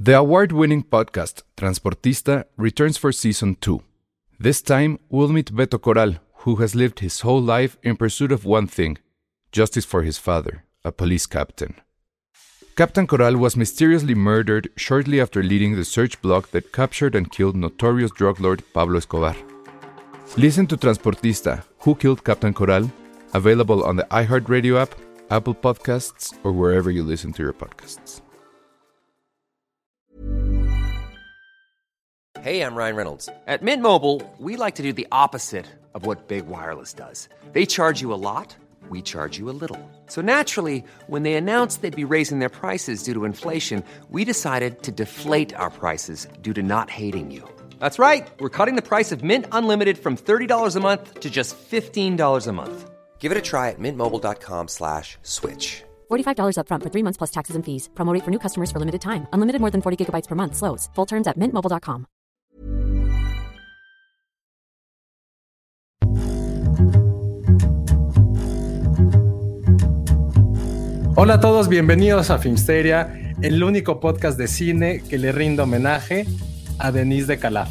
The award-winning podcast Transportista returns for Season 2. This time, we'll meet Beto Corral, who has lived his whole life in pursuit of one thing: justice for his father, a police captain. Captain Corral was mysteriously murdered shortly after leading the search block that captured and killed notorious drug lord Pablo Escobar. Listen to Transportista, Who Killed Captain Corral? Available on the iHeartRadio app, Apple Podcasts, or wherever you listen to your podcasts. Hey, I'm Ryan Reynolds. At Mint Mobile, we like to do the opposite of what Big Wireless does. They charge you a lot, we charge you a little. So naturally, when they announced they'd be raising their prices due to inflation, we decided to deflate our prices due to not hating you. That's right. We're cutting the price of Mint Unlimited from $30 a month to just $15 a month. Give it a try at mintmobile.com/switch. $45 up front for 3 months plus taxes and fees. Promo rate for new customers for limited time. Unlimited more than 40 gigabytes per month. Slows full terms at mintmobile.com. Hola a todos, bienvenidos a Filmsteria, el único podcast de cine que le rinde homenaje a Denise de Calaf.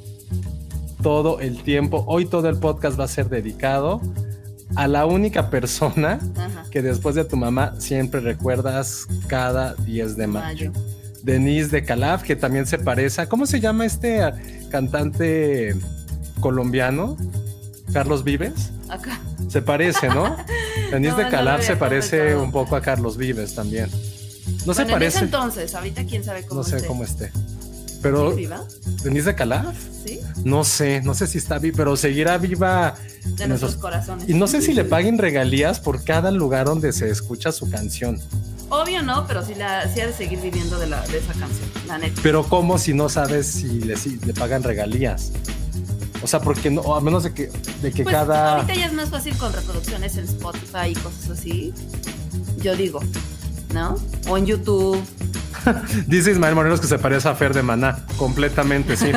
Todo el tiempo, hoy todo el podcast va a ser dedicado a la única persona que después de tu mamá siempre recuerdas cada 10 de mayo. Denise de Calaf, que también se parece a, ¿cómo se llama este cantante colombiano? Carlos Vives. Acá. Se parece, ¿no? Denise de Calaf se parece un poco a Carlos Vives también. No se parece. En ese entonces, ahorita quién sabe cómo esté. No sé cómo esté. Pero ¿viva? ¿Denise de Calaf? Sí. No sé si está viva, pero seguirá viva de nuestros corazones. Y no sé si le paguen regalías por cada lugar donde se escucha su canción. Obvio no, pero sí ha de seguir viviendo de esa canción, la neta. Pero ¿cómo si no sabes si le pagan regalías? O sea, porque no, a menos de que pues cada... Ahorita ya es más fácil con reproducciones en Spotify y cosas así. Yo digo, ¿no? O en YouTube. Dice Ismael Morelos que se parece a Fer de Maná. Completamente, sí.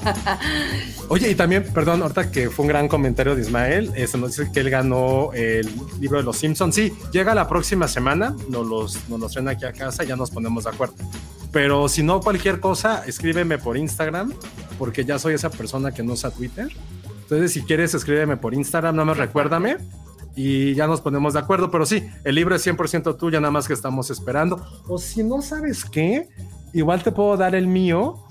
Oye, y también, perdón, ahorita que fue un gran comentario de Ismael, nos dice que él ganó el libro de los Simpsons. Sí, llega la próxima semana, nos los traen aquí a casa y ya nos ponemos de acuerdo. Pero si no, cualquier cosa, escríbeme por Instagram, porque ya soy esa persona que no usa Twitter. Entonces, si quieres, escríbeme por Instagram, nada más recuérdame y ya nos ponemos de acuerdo. Pero sí, el libro es 100% tuyo, nada más que estamos esperando. O si no sabes qué, igual te puedo dar el mío,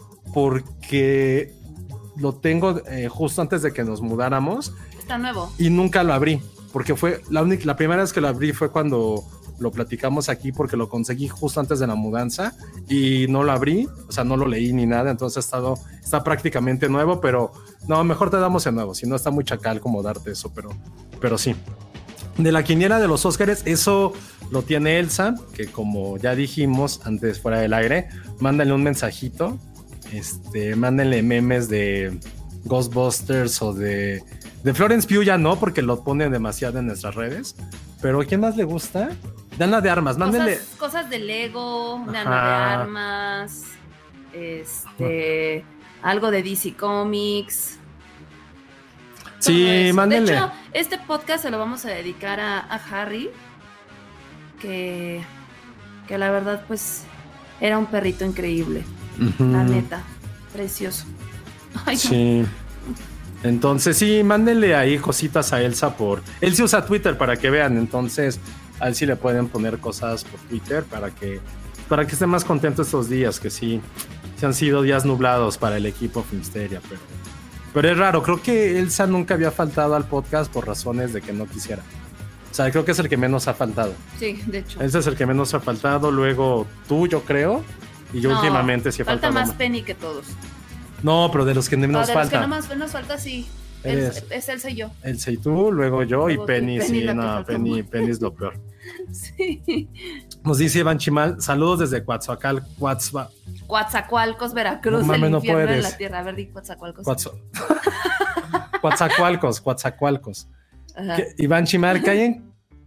porque lo tengo justo antes de que nos mudáramos. Está nuevo. Y nunca lo abrí, porque fue la primera vez que lo abrí fue cuando lo platicamos aquí, porque lo conseguí justo antes de la mudanza y no lo abrí, o sea, no lo leí ni nada, entonces está prácticamente nuevo, pero no, mejor te damos el nuevo, si no está muy chacal como darte eso, pero sí. De la quiniela de los Óscares, eso lo tiene Elsa, que como ya dijimos antes fuera del aire, mándenle un mensajito, mándenle memes de Ghostbusters o de Florence Pugh, ya no, porque lo ponen demasiado en nuestras redes, pero ¿quién más le gusta? De Ana de Armas, mándenle cosas de Lego, de Ana de Armas, algo de DC Comics. Sí, mándenle. De hecho, este podcast se lo vamos a dedicar a Harry, que la verdad, pues, era un perrito increíble. La neta, precioso. Ay, sí. Entonces, sí, mándenle ahí cositas a Elsa él sí usa Twitter para que vean, entonces a él sí le pueden poner cosas por Twitter para que esté más contento estos días, que sí han sido días nublados para el equipo Filmsteria, pero es raro, creo que Elsa nunca había faltado al podcast por razones de que no quisiera. O sea, creo que es el que menos ha faltado. Sí, de hecho. Ese es el que menos ha faltado, luego tú, yo creo, y yo últimamente sí he faltado. Falta más Penny que todos. No, pero de los que menos falta. De los que nos falta, sí. Es Elsa y yo. Elsa y tú, luego yo, luego y Penny, sí, no, Penny es lo peor. Sí. Nos dice Iván Chimal, saludos desde Coatzacoalcos, Veracruz, no, el no infierno puedes. de la tierra. A ver, di Coatzacoalcos. Coatzacoalcos. Iván Chimal, cae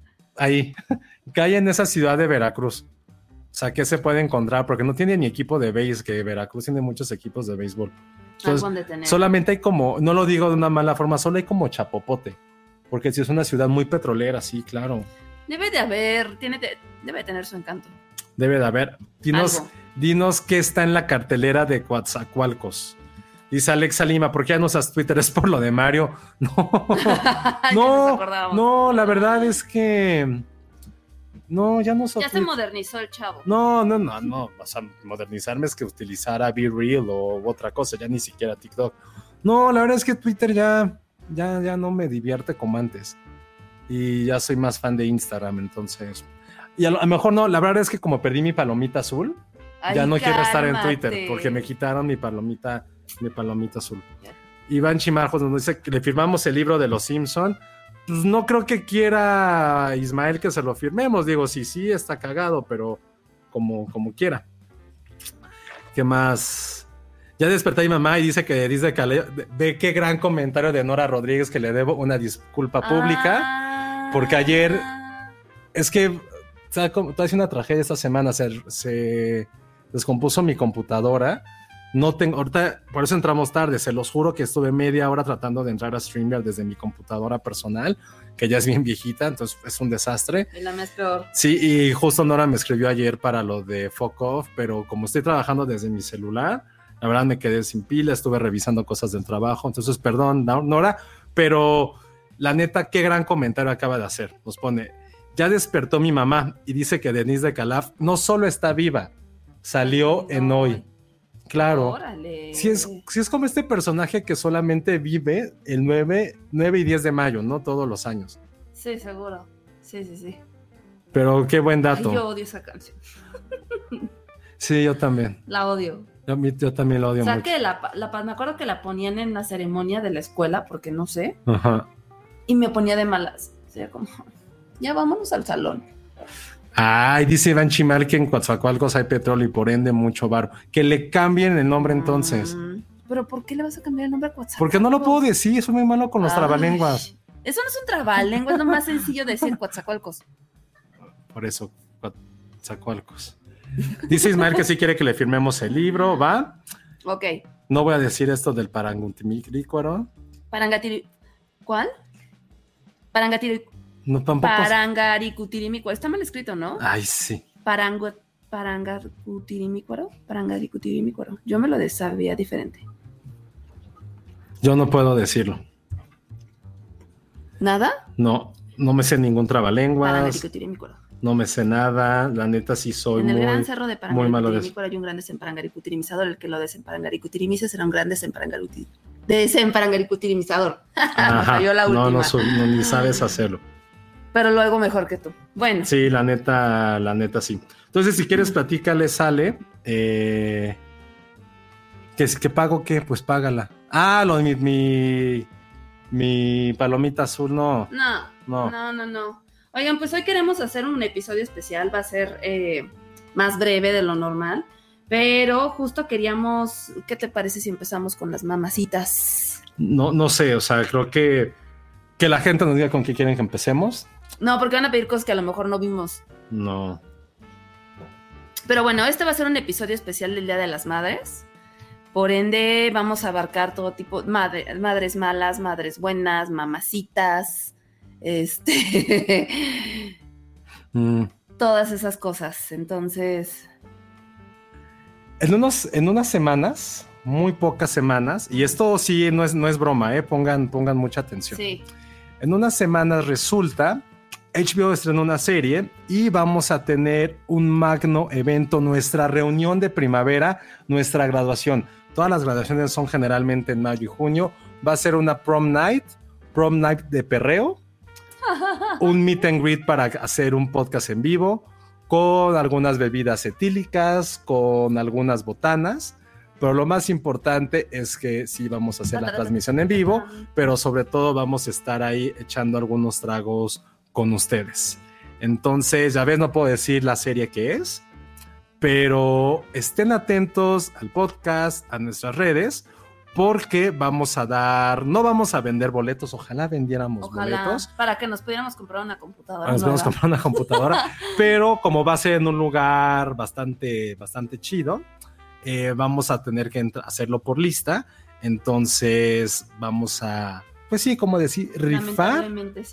en esa ciudad de Veracruz. O sea, ¿qué se puede encontrar? Porque no tiene ni equipo de béis, que Veracruz tiene muchos equipos de béisbol. Entonces, solamente hay como, no lo digo de una mala forma, solo hay como chapopote. Porque si es una ciudad muy petrolera, sí, claro. Debe de haber, debe tener su encanto. Debe de haber. Dinos qué está en la cartelera de Coatzacoalcos. Dice Alexa Lima, ¿por qué ya no usas Twitter? Es por lo de Mario. No, la verdad es que no, ya no uso Ya Twitter. se modernizó el chavo. No. O sea, modernizarme es que utilizara Be Real o otra cosa, ya ni siquiera TikTok. No, la verdad es que Twitter ya no me divierte como antes. Y ya soy más fan de Instagram, entonces. Y a lo mejor no, la verdad es que como perdí mi palomita azul, ya no quiero estar en Twitter porque me quitaron mi palomita azul. Iván Chimarjos nos dice que le firmamos el libro de Los Simpson. Pues no creo que quiera Ismael que se lo firmemos. Digo, sí, está cagado, pero como quiera. ¿Qué más? Ya desperté a mi mamá y dice que ve qué gran comentario de Nora Rodríguez, que le debo una disculpa pública. Porque ayer, es que toda una tragedia esta semana, se descompuso mi computadora. No tengo, ahorita, por eso entramos tarde, se los juro que estuve media hora tratando de entrar a StreamYard desde mi computadora personal, que ya es bien viejita, entonces es un desastre. Y la mía es peor. Sí, y justo Nora me escribió ayer para lo de Fuck Off, pero como estoy trabajando desde mi celular, la verdad me quedé sin pila, estuve revisando cosas del trabajo, entonces perdón, Nora, pero la neta, qué gran comentario acaba de hacer. Nos pone, ya despertó mi mamá y dice que Denise de Calaf no solo está viva, salió en Hoy. Claro. Órale. Si es como este personaje que solamente vive el 9 y 10 de mayo, ¿no? Todos los años. Sí, seguro. Sí. Pero qué buen dato. Ay, yo odio esa canción. Sí, yo también. La odio. Yo también la odio mucho. O sea, que me acuerdo que la ponían en la ceremonia de la escuela, porque no sé. Ajá. Y me ponía de malas. O sea, como, ya vámonos al salón. Ay, dice Iván Chimal que en Coatzacoalcos hay petróleo y por ende mucho varo. Que le cambien el nombre entonces. ¿Pero por qué le vas a cambiar el nombre a Coatzacoalcos? Porque no lo puedo decir, soy muy malo con los trabalenguas. Eso no es un trabalenguas, es lo más sencillo decir Coatzacoalcos. Por eso, Coatzacoalcos. Dice Ismael que sí quiere que le firmemos el libro, ¿va? Ok. No voy a decir esto del Parangutimícuaro. ¿Cuál? No, tampoco. Parangaricutirimícuaro. Está mal escrito, ¿no? Ay, sí. Parangaricutirimícuaro. Yo me lo sabía diferente. Yo no puedo decirlo. ¿Nada? No me sé ningún trabalenguas. Parangaricutirimícuaro. No me sé nada, la neta sí soy en el muy, gran cerro de muy malo de eso. Parangaricutirimícuaro hay un gran desemparangaricutirimizador, el que lo desemparangaricutirimisa será un gran desemparangaricutirimizador. Me falló la última. No, ni sabes hacerlo. Pero lo hago mejor que tú. Bueno. Sí, la neta sí. Entonces, si quieres, platícale, sale. ¿Que pago qué? Pues págala. Ah, lo de mi palomita azul, no. No. Oigan, pues hoy queremos hacer un episodio especial. Va a ser más breve de lo normal. Pero justo queríamos... ¿Qué te parece si empezamos con las mamacitas? No sé, o sea, creo que la gente nos diga con qué quieren que empecemos. No, porque van a pedir cosas que a lo mejor no vimos. No. Pero bueno, este va a ser un episodio especial del Día de las Madres. Por ende, vamos a abarcar todo tipo... madres malas, madres buenas, mamacitas... todas esas cosas. Entonces... En unas semanas, muy pocas semanas, y esto sí no es broma, pongan mucha atención. Sí. En unas semanas resulta, HBO estrenó una serie y vamos a tener un magno evento, nuestra reunión de primavera, nuestra graduación. Todas las graduaciones son generalmente en mayo y junio. Va a ser una prom night de perreo, un meet and greet para hacer un podcast en vivo, con algunas bebidas etílicas, con algunas botanas, pero lo más importante es que sí vamos a hacer la transmisión en vivo, pero sobre todo vamos a estar ahí echando algunos tragos con ustedes. Entonces, ya ves, no puedo decir la serie que es, pero estén atentos al podcast, a nuestras redes, porque no vamos a vender boletos, ojalá vendiéramos boletos. Para que nos pudiéramos comprar una computadora. Pero como va a ser en un lugar bastante chido, vamos a tener que hacerlo por lista, entonces vamos a, pues sí, como decir, rifar. Lamentablemente sí.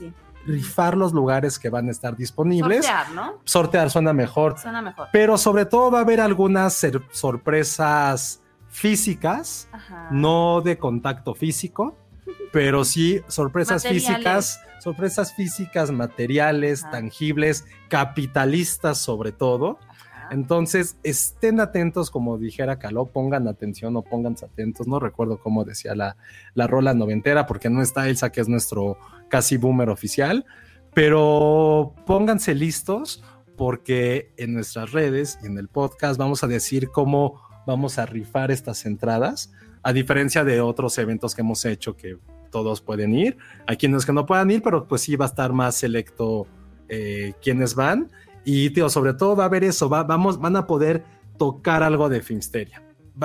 rifar los lugares que van a estar disponibles. Sortear, ¿no? Sortear suena mejor. Suena mejor. Pero sobre todo va a haber algunas sorpresas físicas, no de contacto físico, pero sí sorpresas físicas, materiales, tangibles, capitalistas sobre todo. Entonces, estén atentos, como dijera Caló, pongan atención o pónganse atentos. No recuerdo cómo decía la rola noventera, porque no está Elsa, que es nuestro casi boomer oficial, pero pónganse listos, porque en nuestras redes y en el podcast vamos a decir cómo vamos a rifar estas entradas, a diferencia de otros eventos que hemos hecho que todos pueden ir. Hay quienes que no puedan ir, pero pues sí va a estar más selecto quienes van. Y tío, sobre todo va a haber eso, van a poder tocar algo de Filmsteria.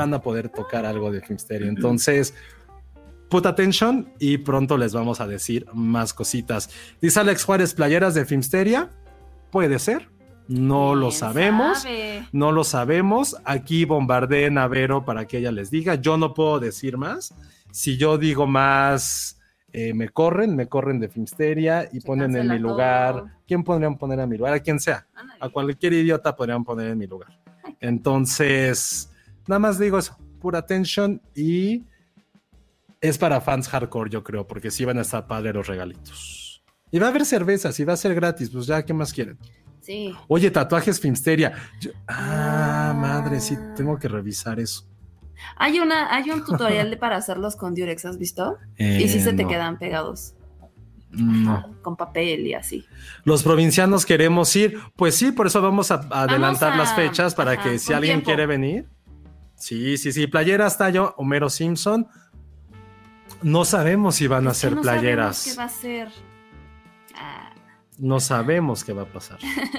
Entonces, put attention y pronto les vamos a decir más cositas. Dice Alex Juárez, playeras de Filmsteria. Puede ser. No lo sabemos. No lo sabemos. Aquí bombardeen a Vero para que ella les diga. Yo no puedo decir más. Si yo digo más... me corren de Filmsteria y ponen en mi lugar. Todo. ¿Quién podrían poner en mi lugar? A quien sea. A cualquier idiota podrían poner en mi lugar. Entonces, nada más digo eso. Pura attention y es para fans hardcore, yo creo, porque sí van a estar padres los regalitos. Y va a haber cervezas y va a ser gratis. Pues ya, ¿qué más quieren? Sí. Oye, tatuajes Filmsteria. Madre, sí, tengo que revisar eso. Hay un tutorial para hacerlos con Durex, ¿has visto? Y sí se te quedan pegados. No. Con papel y así. Los provincianos queremos ir. Pues sí, por eso vamos a adelantar las fechas para que si alguien quiere venir. Sí. Playeras tallo Homero Simpson. No sabemos si van a ser playeras. ¿Qué va a ser? No sabemos qué va a pasar.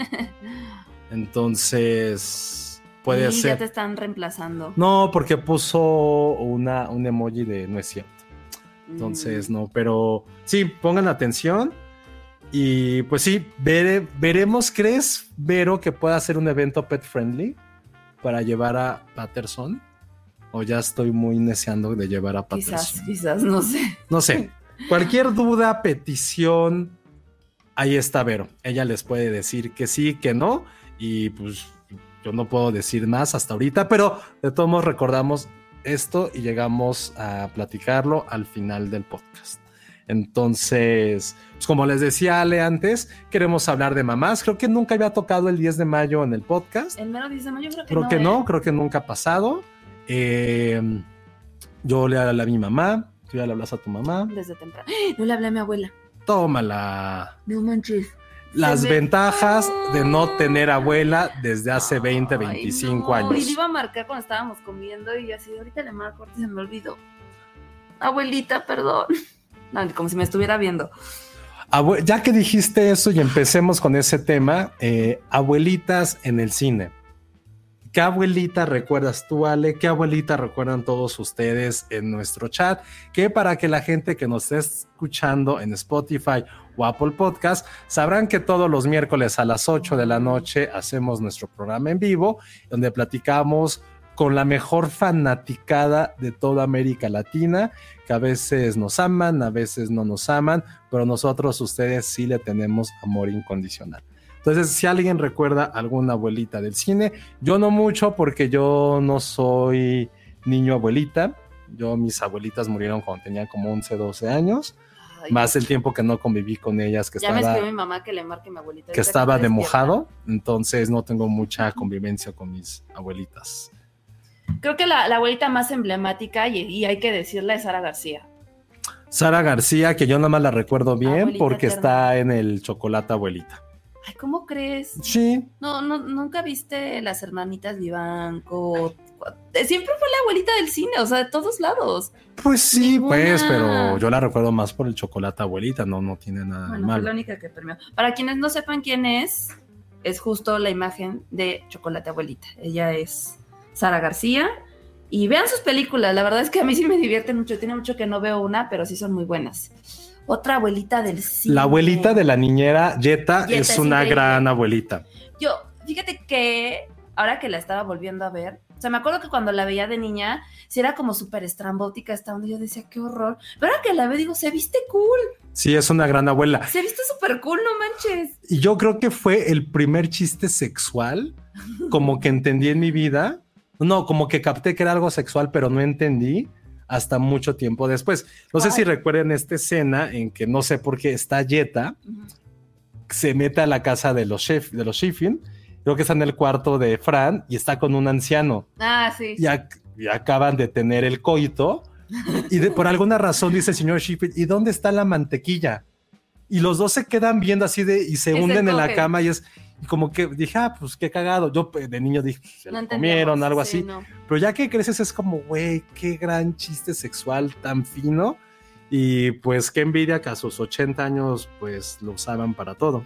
Entonces... puede ser. Ya te están reemplazando. No, porque puso un emoji de no es cierto. Entonces, no, pero sí, pongan atención. Y pues sí, veremos. ¿Crees, Vero, que pueda ser un evento pet friendly para llevar a Patterson? O ya estoy muy neceando de llevar a Patterson. Quizás, no sé. No sé. Cualquier duda, petición, ahí está Vero. Ella les puede decir que sí, que no. Y pues yo no puedo decir más hasta ahorita, pero de todos modos recordamos esto y llegamos a platicarlo al final del podcast. Entonces, pues como les decía Ale antes, queremos hablar de mamás. Creo que nunca había tocado el 10 de mayo en el podcast. El mero 10 de mayo creo que nunca ha pasado. Yo le hablé a mi mamá, tú ya le hablas a tu mamá. Desde temprano. No le hablé a mi abuela. Tómala. No manches. Las ventajas de no tener abuela desde hace 20, 25 años. Y le iba a marcar cuando estábamos comiendo y así, ahorita le marco y se me olvidó. Abuelita, perdón. No, como si me estuviera viendo. Ya que dijiste eso y empecemos con ese tema, abuelitas en el cine. ¿Qué abuelita recuerdas tú, Ale? ¿Qué abuelita recuerdan todos ustedes en nuestro chat? Que para que la gente que nos esté escuchando en Spotify o Apple Podcast sabrán que todos los miércoles a las 8 de la noche hacemos nuestro programa en vivo, donde platicamos con la mejor fanaticada de toda América Latina, que a veces nos aman, a veces no nos aman, pero nosotros, ustedes sí le tenemos amor incondicional. Entonces, si alguien recuerda alguna abuelita del cine, yo no mucho porque yo no soy niño abuelita. Mis abuelitas murieron cuando tenía como 11, 12 años. Ay, más el tiempo que no conviví con ellas. Ya me escribió mi mamá que le marque a mi abuelita. Que estaba de mojado, entonces no tengo mucha convivencia con mis abuelitas. Creo que la abuelita más emblemática, y hay que decirla, es Sara García. Sara García, que yo nada más la recuerdo bien abuelita porque eterna. Está en el Chocolate Abuelita. Ay, ¿cómo crees? Sí. No, ¿nunca viste Las Hermanitas Vivanco? Siempre fue la abuelita del cine, o sea, de todos lados. Pues sí, pues, pero yo la recuerdo más por el Chocolate Abuelita, no tiene nada de malo. Fue la única que permeó. Para quienes no sepan quién es justo la imagen de Chocolate Abuelita. Ella es Sara García. Y vean sus películas, la verdad es que a mí sí me divierten mucho. Tiene mucho que no veo una, pero sí son muy buenas. Otra abuelita del cine. La abuelita de la niñera Yeta es una increíble. Gran abuelita. Fíjate que ahora que la estaba volviendo a ver, o sea, me acuerdo que cuando la veía de niña, sí era como súper estrambótica esta onda, yo decía, qué horror. Pero ahora que la veo, digo, se viste cool. Sí, es una gran abuela. Se ha visto súper cool, no manches. Y yo creo que fue el primer chiste sexual como que entendí en mi vida. No, como que capté que era algo sexual, pero no entendí hasta mucho tiempo después. No sé si recuerden esta escena en que no sé por qué está Jetta, se mete a la casa de los Schiffin, creo que está en el cuarto de Fran y está con un anciano. Ah, sí. Y acaban de tener el coito y por alguna razón dice el señor Schiffin, ¿y dónde está la mantequilla? Y los dos se quedan viendo así y se hunden en la cama y como que dije, pues qué cagado. Yo de niño dije, se lo comieron, algo así. No. Pero ya que creces es como, güey, qué gran chiste sexual tan fino. Y pues qué envidia que a sus 80 años pues lo usaban para todo.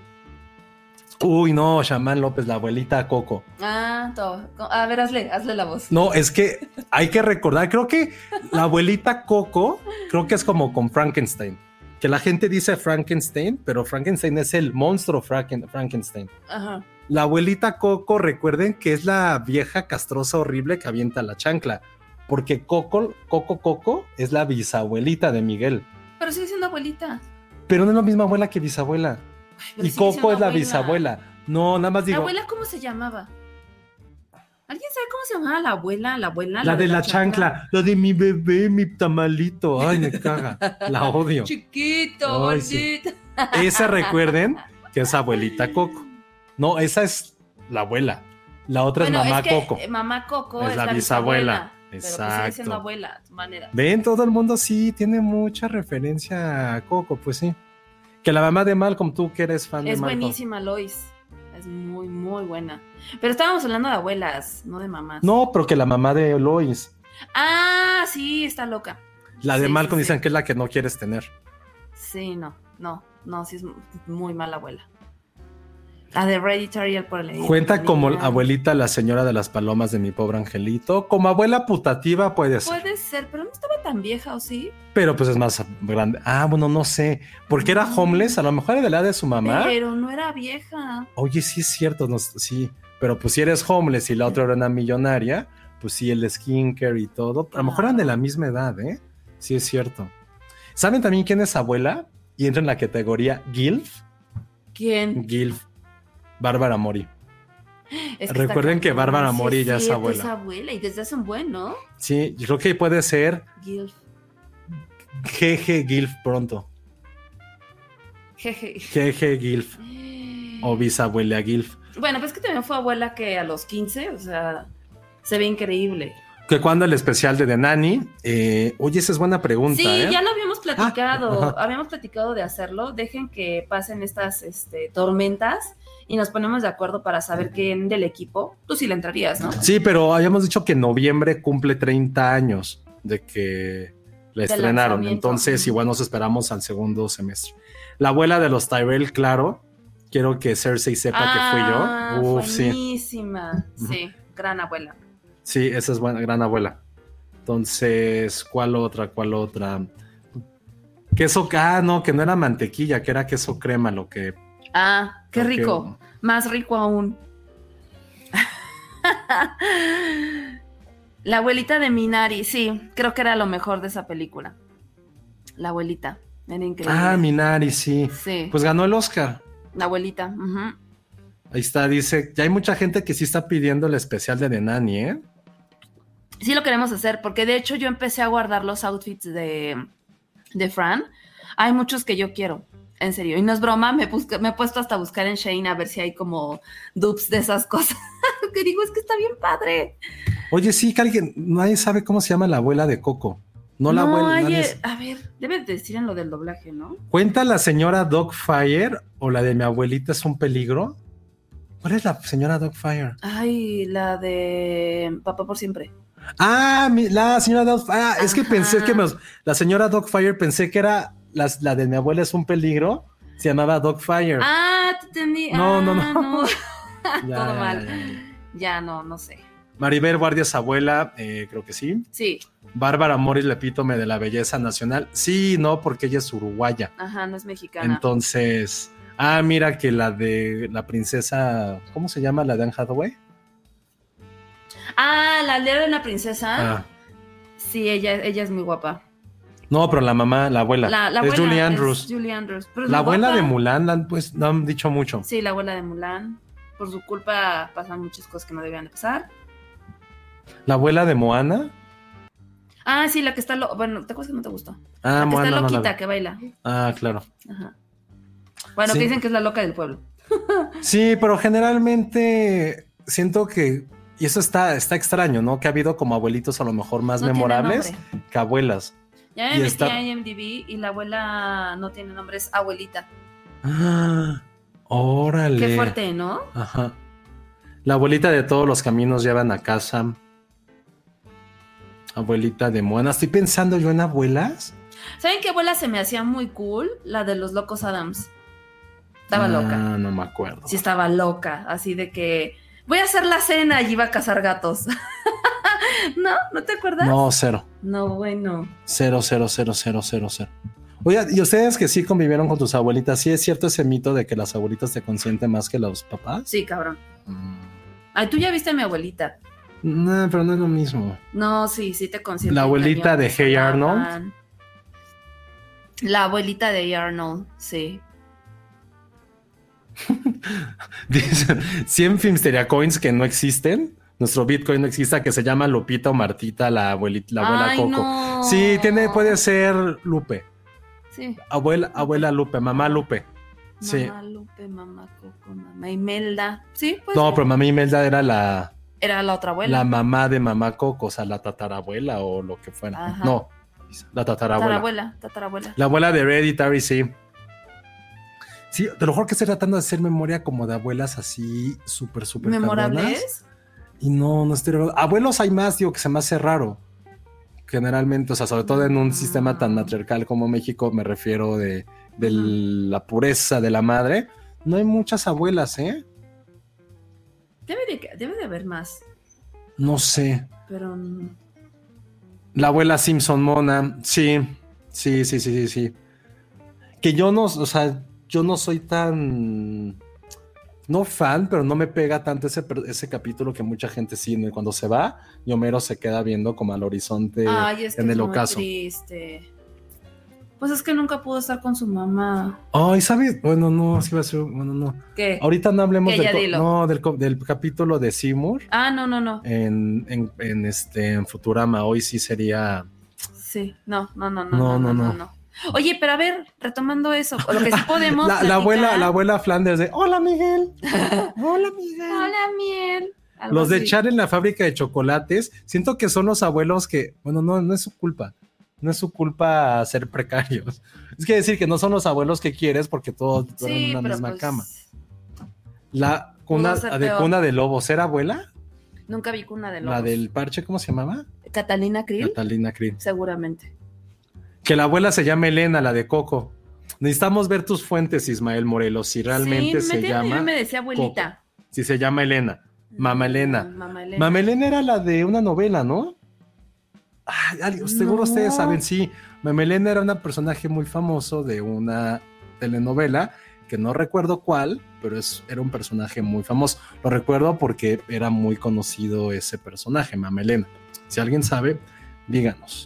Uy, no, Shaman López, la abuelita Coco. Ah, todo. A ver, hazle la voz. No, es que hay que recordar, creo que la abuelita Coco, creo que es como con Frankenstein. Que la gente dice Frankenstein, pero Frankenstein es el monstruo Frankenstein. Ajá. La abuelita Coco, recuerden que es la vieja castrosa horrible que avienta la chancla. Porque Coco es la bisabuelita de Miguel. Pero sigue siendo abuelita. Pero no es la misma abuela que bisabuela. Ay, y Coco es la bisabuela. No, nada más digo. ¿La abuela cómo se llamaba? ¿Alguien sabe cómo se llamaba la abuela? La de la chancla. La de mi bebé, mi tamalito. Ay, me caga. La odio. Chiquito, gordito. Sí. Esa recuerden que es abuelita Coco. No, esa es la abuela. La otra es mamá Coco. Mamá Coco es la bisabuela. Exacto. Pero pues sigue siendo abuela, a tu manera. Ven, todo el mundo sí tiene mucha referencia a Coco, pues sí. Que la mamá de Malcolm, tú que eres fan de Malcolm. Es buenísima, Lois. Es muy, muy buena. Pero estábamos hablando de abuelas, no de mamás. No, pero que la mamá de Lois. Ah, sí, está loca. La de Malcolm dicen que es la que no quieres tener. Sí, no, sí es muy mala abuela. La de Hereditary por el cuenta como abuelita la señora de las palomas de mi pobre angelito. Como abuela putativa puede ser. Puede ser, pero no estaba tan vieja, ¿o sí? Pero pues es más grande. Ah, bueno, no sé. Porque era homeless, a lo mejor era de la edad de su mamá. Pero no era vieja. Oye, sí es cierto, no, sí. Pero pues si eres homeless y la otra era una millonaria, pues sí, el skincare y todo. A lo mejor eran de la misma edad, ¿eh? Sí es cierto. ¿Saben también quién es abuela? Y entra en la categoría GILF. ¿Quién? GILF. Bárbara Mori. Recuerden que Bárbara Mori ya es abuela. Es abuela y desde hace un buen, ¿no? Sí, yo creo que puede ser GILF. GG GILF pronto. GG GILF. O bisabuela GILF. Bueno, pues que también fue abuela que a los 15, o sea, se ve increíble. Que cuando el especial de The Nanny, oye, esa es buena pregunta. Sí, ya lo habíamos platicado, habíamos platicado de hacerlo. Dejen que pasen estas tormentas y nos ponemos de acuerdo para saber quién del equipo, tú sí le entrarías, ¿no? Sí, pero habíamos dicho que en noviembre cumple 30 años de que la estrenaron, entonces igual nos esperamos al segundo semestre. La abuela de los Tyrell, claro, quiero que Cersei sepa que fui yo. Buenísima, sí, gran abuela. Sí, esa es buena, gran abuela. Entonces, ¿cuál otra? Queso, no, que no era mantequilla, que era queso crema, lo que... Ah, qué rico, más rico aún. La abuelita de Minari, sí, creo que era lo mejor de esa película. La abuelita, era increíble. Ah, Minari, sí. Pues ganó el Oscar. La abuelita, Ahí está, dice, ya hay mucha gente que sí está pidiendo el especial de The Nanny, ¿eh? Sí lo queremos hacer, porque de hecho yo empecé a guardar los outfits de Fran. Hay muchos que yo quiero, en serio. Y no es broma, me he puesto hasta a buscar en Shein a ver si hay como dupes de esas cosas. Lo que digo es que está bien padre. Oye, sí, que nadie sabe cómo se llama la abuela de Coco. No la abuela. A ver, debe decir en lo del doblaje, ¿no? ¿Cuenta la señora Dogfire o la de mi abuelita es un peligro? ¿Cuál es la señora Dogfire? Ay, la de Papá por Siempre. Ah, la señora Dogfire. Es que pensé que la señora Dogfire pensé que era la de mi abuela es un peligro. Se llamaba Dogfire. Ah, te entendí. No. Todo mal. Ya no sé. Maribel Guardia es abuela, creo que sí. Sí. Bárbara Mori, el epítome de la belleza nacional. Sí, no, porque ella es uruguaya. Ajá, no es mexicana. Entonces, mira que la de la princesa, ¿cómo se llama? La de Anne Hathaway. La aldea de la princesa. Sí, ella es muy guapa. No, pero la mamá, la abuela. La es abuela Julie Andrews. es Julie Andrews. Pero es La muy abuela guapa. de Mulan, pues no han dicho mucho. Sí, la abuela de Mulan. Por su culpa pasan muchas cosas que no debían de pasar. La abuela de Moana. Ah, sí, la que está... Bueno, ¿te acuerdas que no te gustó? Ah, La que Moana está no la loquita, vi. que baila. Ah, claro. Ajá. Bueno, Sí. que dicen que es la loca del pueblo. Sí, pero generalmente siento que, y eso está extraño, ¿no? Que ha habido como abuelitos a lo mejor más No tiene memorables nombre. que abuelas. Ya me Y metí está- a IMDb y la abuela no tiene nombre, es abuelita. Ah, órale. Qué fuerte, ¿no? Ajá. La abuelita de todos los caminos llevan a casa. Abuelita de Moana. Estoy pensando yo en abuelas. ¿Saben qué abuela se me hacía muy cool? La de los locos Adams. Estaba loca. Ah, no me acuerdo. Sí, estaba loca. Así de que voy a hacer la cena y iba a cazar gatos. ¿No? ¿No te acuerdas? No, cero. No, bueno. Cero. Oye, ¿y ustedes que sí convivieron con tus abuelitas? ¿Sí es cierto ese mito de que las abuelitas te consienten más que los papás? Sí, cabrón. Ay, tú ya viste a mi abuelita. No, pero no es lo mismo. No, sí te consiento. La abuelita de Hey Arnold. La abuelita de Hey Arnold, sí. Dicen 100 Filmsteria Coins que no existen. Nuestro Bitcoin no exista, que se llama Lupita o Martita, la abuelita, la abuela Ay, Coco. no. Sí, puede ser Lupe. Sí. Abuela Lupe, mamá Lupe. Sí. Mamá Lupe, mamá Coco, mamá Imelda. Sí, pues. No, pero mamá Imelda era la otra abuela. la mamá de mamá Coco, o sea, la tatarabuela o lo que fuera. Ajá. No, la tatarabuela. Tatarabuela. La abuela de Hereditary, sí. Sí, de lo mejor que estoy tratando de hacer memoria como de abuelas así súper cabronas. ¿Memorables? Y no estoy... Abuelos hay más, digo, que se me hace raro. Generalmente, o sea, sobre todo en un sistema tan matriarcal como México, me refiero de la pureza de la madre. No hay muchas abuelas, ¿eh? Debe de haber más, No sé. pero... La abuela Simpson Mona, sí. Que yo no, o sea, yo no soy tan... No fan, pero no me pega tanto ese capítulo que mucha gente sí, ¿no? Cuando se va y Homero se queda viendo como al horizonte Ay, es que en es el muy ocaso. triste. Pues es que nunca pudo estar con su mamá. Ay, ¿sabes? Bueno, no, sí va a ser... Bueno, no. ¿Qué? Ahorita no hablemos Que ya dilo. del capítulo de Seymour Ah, no. en Futurama. Hoy sí sería... Sí, no. No. Oye, pero a ver, retomando eso, o lo que sí podemos la platicar- abuela Flanders de Hola Miguel. Hola Miguel. Hola, miel. Algo Los de así. Char en la fábrica de chocolates, siento que son los abuelos que, bueno, no es su culpa. No es su culpa ser precarios. Es que decir que no son los abuelos que quieres porque todos duermen Sí, en la pero misma pues, cama. La cuna pudo ser de peor. Cuna de Lobos, ¿era abuela? Nunca vi Cuna de Lobos. La del parche, ¿cómo se llamaba? Catalina Krill, Catalina Krill. seguramente. Que la abuela se llama Elena, la de Coco. Necesitamos ver tus fuentes, Ismael Morelos, si realmente Sí, se llama. yo me decía abuelita. Coco. Si se llama Elena. Mamá Elena. Mamá Elena. Mamá Elena era la de una novela, ¿no? Ay, seguro No. ustedes saben, sí. Mamá Elena era un personaje muy famoso de una telenovela, que no recuerdo cuál, pero era un personaje muy famoso. Lo recuerdo porque era muy conocido ese personaje, Mamá Elena. Si alguien sabe, díganos.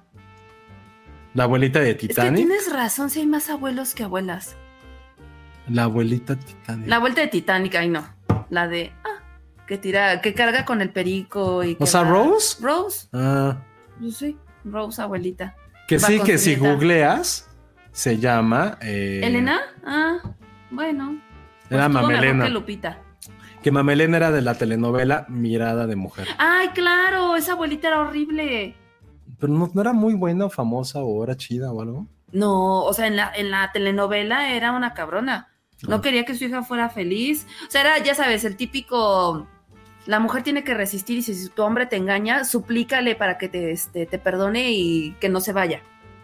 La abuelita de Es que Titanic. tienes razón, si hay más abuelos que abuelas. La abuelita Titanic. La vuelta de Titanic, ay no. La de que carga con el perico y que O sea, va- Rose. Rose, Ah, pues sí, Rose abuelita. que Va sí, con que su si nieta. googleas, se llama. ¿Elena? Ah, bueno. Era estuvo Mamá mejor Elena. que Lupita. Que Mamá Elena era de la telenovela Mirada de Mujer. Ay, claro, esa abuelita era horrible. Pero no era muy buena o famosa o era chida o algo. No, o sea, en la telenovela era una cabrona. No quería que su hija fuera feliz. O sea, era, ya sabes, el típico... La mujer tiene que resistir y si tu hombre te engaña, suplícale para que te perdone y que no se vaya.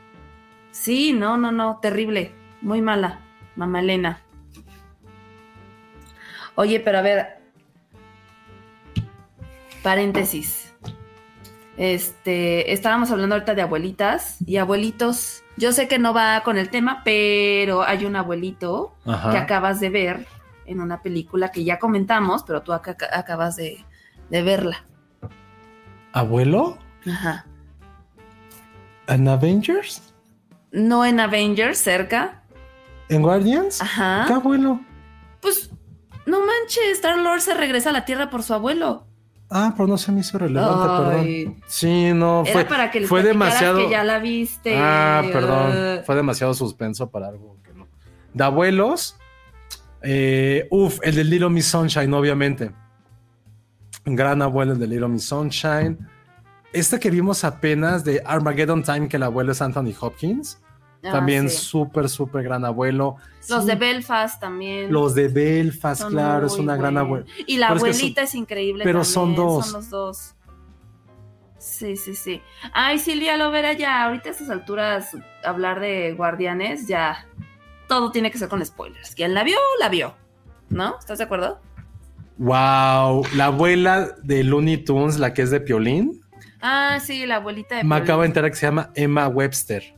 Sí, no, terrible. Muy mala, Mamá Elena. Oye, pero a ver... Paréntesis. Estábamos hablando ahorita de abuelitas y abuelitos. Yo sé que no va con el tema, pero hay un abuelito Ajá. que acabas de ver en una película que ya comentamos, pero tú acabas de verla. ¿Abuelo? Ajá. ¿En Avengers? No en Avengers, cerca. ¿En Guardians? Ajá. ¿Qué abuelo? Pues, no manches, Star-Lord se regresa a la Tierra por su abuelo. Ah, pero no se me hizo relevante, Ay. perdón. Sí, no, Era para que les fue platicaras demasiado. que ya la viste. Ah, perdón. Fue demasiado suspenso para algo que no. De abuelos, el de Little Miss Sunshine, obviamente. Un gran abuelo, el de Little Miss Sunshine. Este que vimos apenas de Armageddon Time, que el abuelo es Anthony Hopkins. También sí. súper, súper gran abuelo. Los Sí. de Belfast también. Los de Belfast, Son claro, es muy una gran buenos. abuela. Y la Pero es que abuelita es increíble pero también. son dos. Son los dos. Sí, sí, sí. Ay, Silvia Lovera, ya, ahorita a estas alturas, hablar de Guardianes, ya, todo tiene que ser con spoilers. Quien la vio, ¿no? ¿Estás de acuerdo? Wow, la abuela de Looney Tunes, la que es de Piolín, Ah, sí, la abuelita de me Piolín. acabo de enterar que se llama Emma Webster.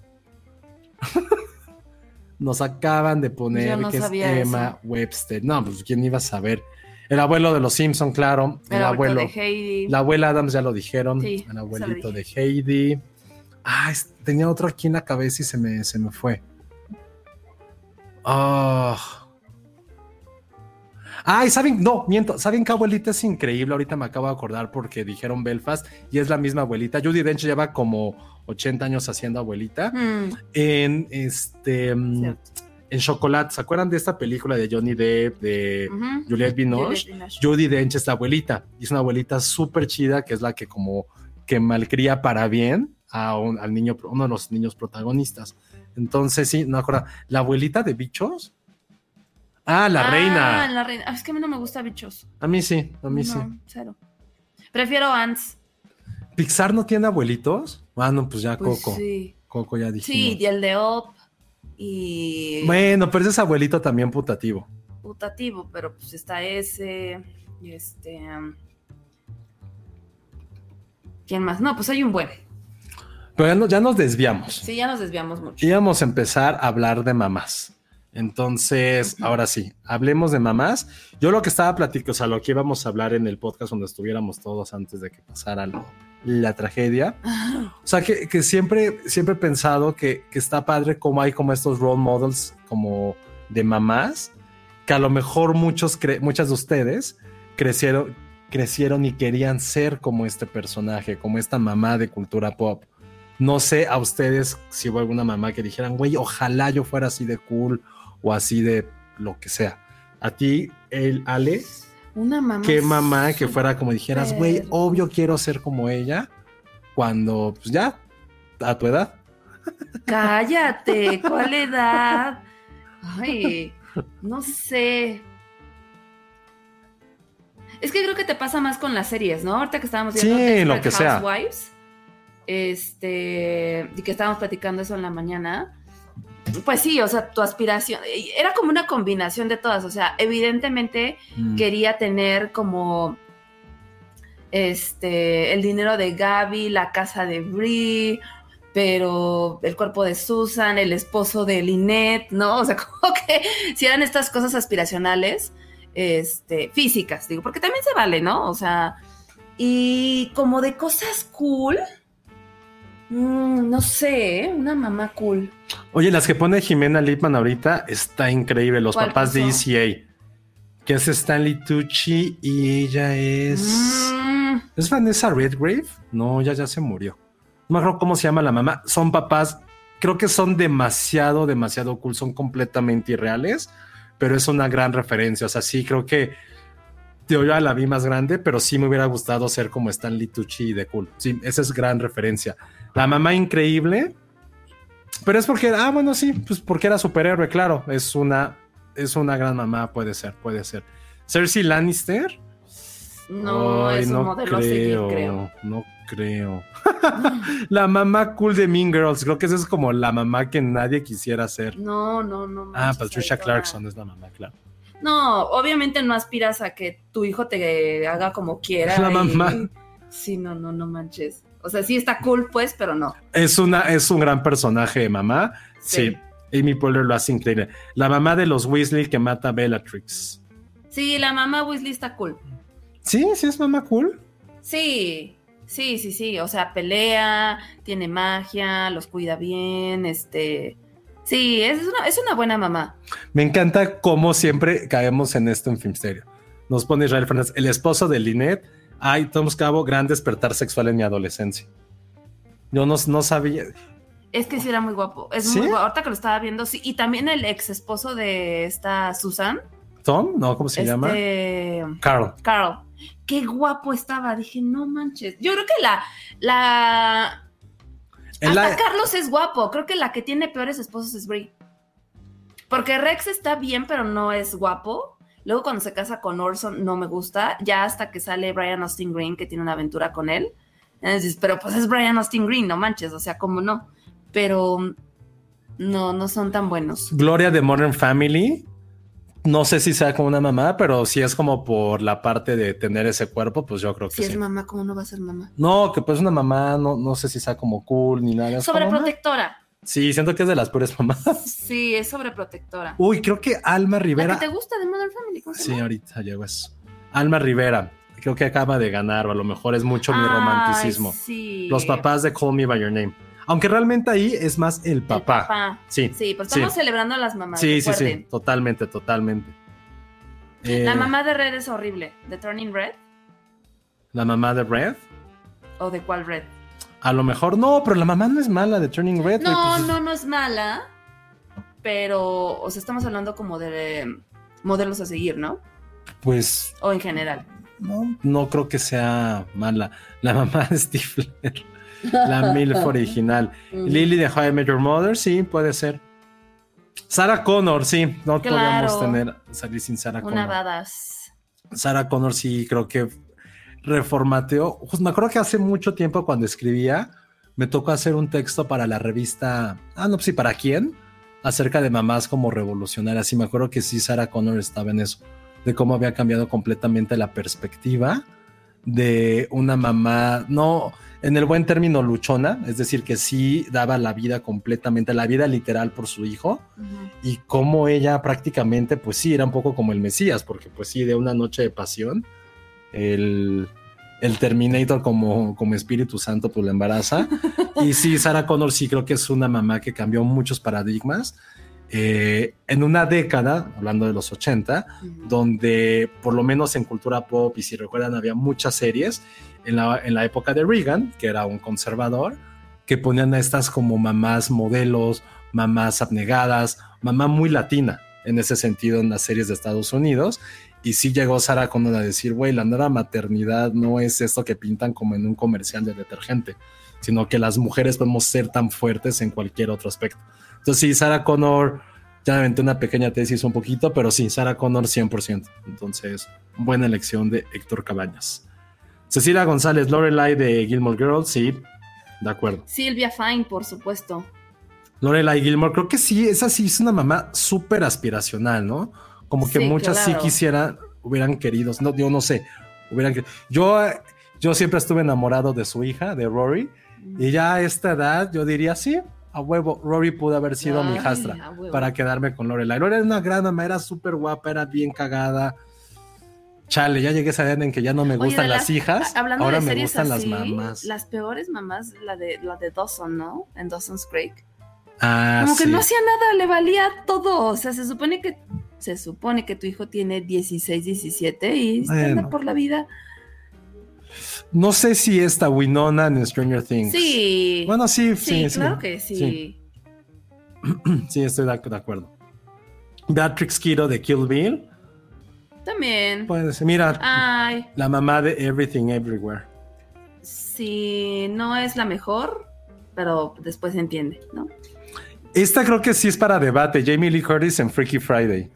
Nos acaban de poner Yo no que es sabía Emma eso. Webster. No, pues quién iba a saber. El abuelo de los Simpson, claro. El abuelo. de Heidi. La abuela Adams ya lo dijeron. Sí, el esa abuelito lo de Heidi. Ah, tenía otro aquí en la cabeza y se me fue. Ah. Ay, ¿saben? No, miento. ¿Saben qué abuelita es increíble? Ahorita me acabo de acordar porque dijeron Belfast y es la misma abuelita. Judi Dench lleva como 80 años haciendo abuelita. En Cierto. en Chocolate. ¿Se acuerdan de esta película de Johnny Depp, de Ujú. Juliette Binoche? Juliette Binoche. Judi Dench es la abuelita. Y es una abuelita súper chida que es la que como que malcría para bien al niño, uno de los niños protagonistas. Entonces, sí, no me acuerdo. ¿La abuelita de Bichos? Ah, la reina. La reina. Ah, es que a mí no me gusta Bichos. A mí sí, a mí sí. No, cero. Prefiero Ants. ¿Pixar no tiene abuelitos? Ah, no, pues ya Pues Coco. sí. Coco ya dijimos. Sí, y el de Up. Y Bueno, pero ese es abuelito también putativo. putativo, pero pues está ese. Y ¿quién más? No, pues hay un buen. Pero ya nos desviamos. Sí, ya nos desviamos mucho. Íbamos a empezar a hablar de mamás. Entonces, ahora sí, hablemos de mamás. Yo lo que estaba platicando, o sea, lo que íbamos a hablar en el podcast donde estuviéramos todos antes de que pasara la tragedia. O sea, que siempre he pensado que está padre cómo hay como estos role models como de mamás, que a lo mejor muchas de ustedes crecieron y querían ser como este personaje, como esta mamá de cultura pop. No sé a ustedes si hubo alguna mamá que dijeran, güey, ojalá yo fuera así de cool o así de lo que sea. A ti, Ale, Una mamá. ¿qué mamá que fuera como dijeras, güey, súper- obvio quiero ser como ella cuando, pues ya, a tu edad? Cállate, ¿cuál edad? Ay, no sé. Es que creo que te pasa más con las series, ¿no? Ahorita que estábamos viendo Sí, Desperate lo que sea. Housewives, y que estábamos platicando eso en la mañana. Pues sí, o sea, tu aspiración era como una combinación de todas, o sea, evidentemente quería tener como el dinero de Gaby, la casa de Brie, pero el cuerpo de Susan, el esposo de Lynette, ¿no? O sea, como que si eran estas cosas aspiracionales, físicas, digo, porque también se vale, ¿no? O sea, y como de cosas cool, no sé, una mamá cool. Oye, las que pone Jimena Lipman ahorita está increíble. Los ¿Cuál papás de puso? ECA, que es Stanley Tucci y ella es... ¿Es Vanessa Redgrave? No, ya se murió. No me acuerdo cómo se llama la mamá. Son papás, creo que son demasiado cool, son completamente irreales, pero es una gran referencia. O sea, sí, creo que yo ya la vi más grande, pero sí me hubiera gustado ser como Stanley Tucci de cool. Sí, esa es gran referencia. La mamá increíble, pero es porque, bueno, sí, pues porque era superhéroe, claro. Es una gran mamá, puede ser. Cersei Lannister. No, Ay, es un modelo a seguir, creo. No creo. La mamá cool de Mean Girls. Creo que esa es como la mamá que nadie quisiera ser. No. manches, Patricia ahí toda. Clarkson es la mamá, claro. No, obviamente no aspiras a que tu hijo te haga como quiera. La mamá. Sí, no manches. O sea, sí está cool, pues, pero no. Es un gran personaje de mamá. Sí. Amy Poehler lo hace increíble. La mamá de los Weasley que mata a Bellatrix. Sí, la mamá Weasley está cool. Sí, es mamá cool. Sí, Sí, o sea, pelea, tiene magia, los cuida bien, sí, es una buena mamá. Me encanta cómo siempre caemos en esto en Filmsteria. Nos pone Israel Fernández, el esposo de Lynette. Ay, Tom Cabo, gran despertar sexual en mi adolescencia. Yo no sabía. Es que sí era muy guapo. ¿Sí? Muy guapo. Ahorita que lo estaba viendo, sí. Y también el ex esposo de esta Susan. ¿Tom? No, ¿cómo se llama? Carl. Qué guapo estaba. Dije, no manches. Yo creo que Carlos es guapo. Creo que la que tiene peores esposos es Brie. Porque Rex está bien, pero no es guapo. Luego cuando se casa con Orson no me gusta. Ya hasta que sale Brian Austin Green, que tiene una aventura con él. Entonces, pero pues es Brian Austin Green, no manches. O sea, ¿cómo no? Pero no son tan buenos. Gloria de Modern Family. No sé si sea como una mamá, pero si es como por la parte de tener ese cuerpo, pues yo creo que sí. Si es mamá, ¿cómo no va a ser mamá? No, que pues una mamá, no sé si sea como cool ni nada. Sobreprotectora. Sí, siento que es de las peores mamás. Sí, es sobreprotectora. Uy, creo que Alma Rivera. ¿La que te gusta de Modern Family? Sí, ahorita llego a eso. Alma Rivera, creo que acaba de ganar, o a lo mejor es mucho mi romanticismo. Sí. Los papás de Call Me By Your Name. Aunque realmente ahí es más el papá. Sí, pues estamos celebrando a las mamás. Sí, totalmente. La mamá de Red es horrible. ¿De Turning Red? ¿La mamá de Red? ¿O de cuál Red? A lo mejor no, pero la mamá no es mala de Turning Red. No es mala. Pero, o sea, estamos hablando como de modelos a seguir, ¿no? Pues... O en general. No creo que sea mala. La mamá de Stifler. La MILF original. Lily de How I Met Your Mother, sí, puede ser. Sarah Connor, sí. No podíamos salir sin Sarah Connor. Una badass. Sarah Connor, sí, creo que reformateó. Me acuerdo que hace mucho tiempo cuando escribía, me tocó hacer un texto para la revista. ¿Para quién? Acerca de mamás como revolucionarias. Y me acuerdo que sí, Sarah Connor estaba en eso. De cómo había cambiado completamente la perspectiva de una mamá, no en el buen término luchona, es decir, que sí daba la vida completamente, la vida literal por su hijo, y cómo ella prácticamente, pues sí, era un poco como el Mesías, porque pues sí, de una noche de pasión, el Terminator como Espíritu Santo pues la embaraza, y sí, Sarah Connor sí creo que es una mamá que cambió muchos paradigmas, en una década, hablando de los 80, donde por lo menos en cultura pop, y si recuerdan había muchas series en la época de Reagan, que era un conservador, que ponían a estas como mamás modelos, mamás abnegadas, mamá muy latina en ese sentido en las series de Estados Unidos, y sí llegó Sarah Connor a decir, güey, la nueva maternidad no es esto que pintan como en un comercial de detergente, sino que las mujeres podemos ser tan fuertes en cualquier otro aspecto. Entonces sí, Sarah Connor, ya me aventé una pequeña tesis un poquito, pero sí, Sarah Connor 100%. Entonces, buena elección de Héctor Cabañas. Cecilia González, Lorelai de Gilmore Girls, sí, de acuerdo. Silvia Fine, por supuesto. Lorelai Gilmore, creo que sí, esa sí es una mamá súper aspiracional, ¿no? Como que muchas sí hubieran querido, no, yo no sé, yo siempre estuve enamorado de su hija, de Rory, y ya a esta edad yo diría sí, a huevo, Rory pudo haber sido mi hijastra para quedarme con Lorelai. Lorelai era una gran mamá, era súper guapa, era bien cagada. Chale, ya llegué a esa edad en que ya no me gustan las hijas, ahora me gustan las mamás. Las peores mamás, la de Dawson, ¿no? En Dawson's Creek. Como que no hacía nada, le valía todo. O sea, se supone que tu hijo tiene 16, 17 y anda por la vida. No sé si esta Winona en Stranger Things. Sí. Bueno, sí. Claro que sí. Sí, estoy de acuerdo. Beatrix Kiddo de Kill Bill. También. Puede ser. Mira, la mamá de Everything Everywhere. Sí, no es la mejor, pero después se entiende, ¿no? Esta creo que sí es para debate. Jamie Lee Curtis en Freaky Friday.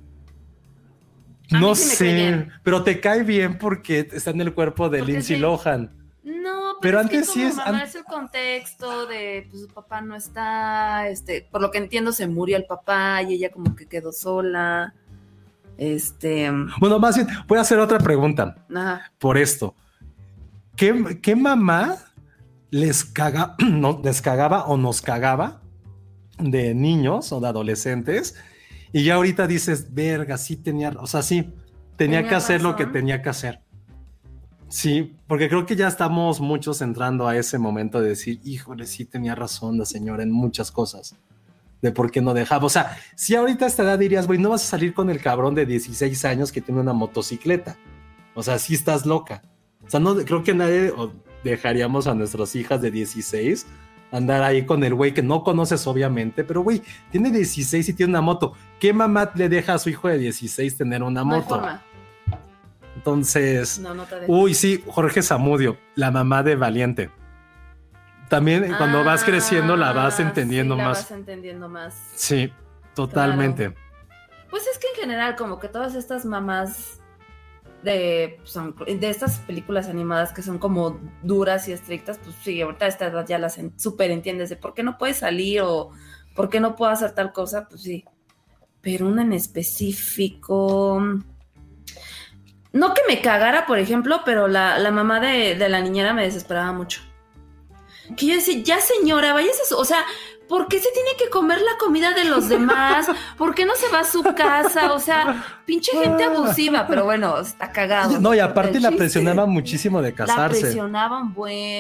No sé, pero te cae bien porque está en el cuerpo de Lindsay Lohan. No, pero es antes que sí es. Mamá es el contexto de pues su papá no está, por lo que entiendo se murió el papá y ella como que quedó sola. Bueno, más bien, voy a hacer otra pregunta. Ajá. Por esto. ¿Qué mamá les cagaba o nos cagaba de niños o de adolescentes? Y ya ahorita dices, verga, sí tenía que hacer lo que tenía que hacer. Sí, porque creo que ya estamos muchos entrando a ese momento de decir, híjole, sí tenía razón la señora en muchas cosas. De por qué no dejaba. O sea, si ahorita a esta edad dirías, güey, no vas a salir con el cabrón de 16 años que tiene una motocicleta. O sea, sí estás loca. O sea, no creo que nadie dejaríamos a nuestras hijas de 16 andar ahí con el güey que no conoces, obviamente, pero güey, tiene 16 y tiene una moto. ¿Qué mamá le deja a su hijo de 16 tener una moto? No hay forma. Entonces, No te dejo. uy, sí, Jorge Zamudio, la mamá de Valiente. También cuando vas creciendo la vas entendiendo sí, más. La vas entendiendo más. Sí, totalmente. Claro. Pues es que en general, como que todas estas mamás de estas películas animadas que son como duras y estrictas, pues sí, ahorita a esta edad ya las súper entiendes de por qué no puedes salir o por qué no puedo hacer tal cosa, pues sí. Pero una en específico... No que me cagara, por ejemplo, pero la mamá de la niñera me desesperaba mucho. Que yo decía, ya señora, váyase, o sea, ¿por qué se tiene que comer la comida de los demás? ¿Por qué no se va a su casa? O sea, pinche gente abusiva, pero bueno, está cagado. No, y aparte la presionaba muchísimo de La casarse. presionaban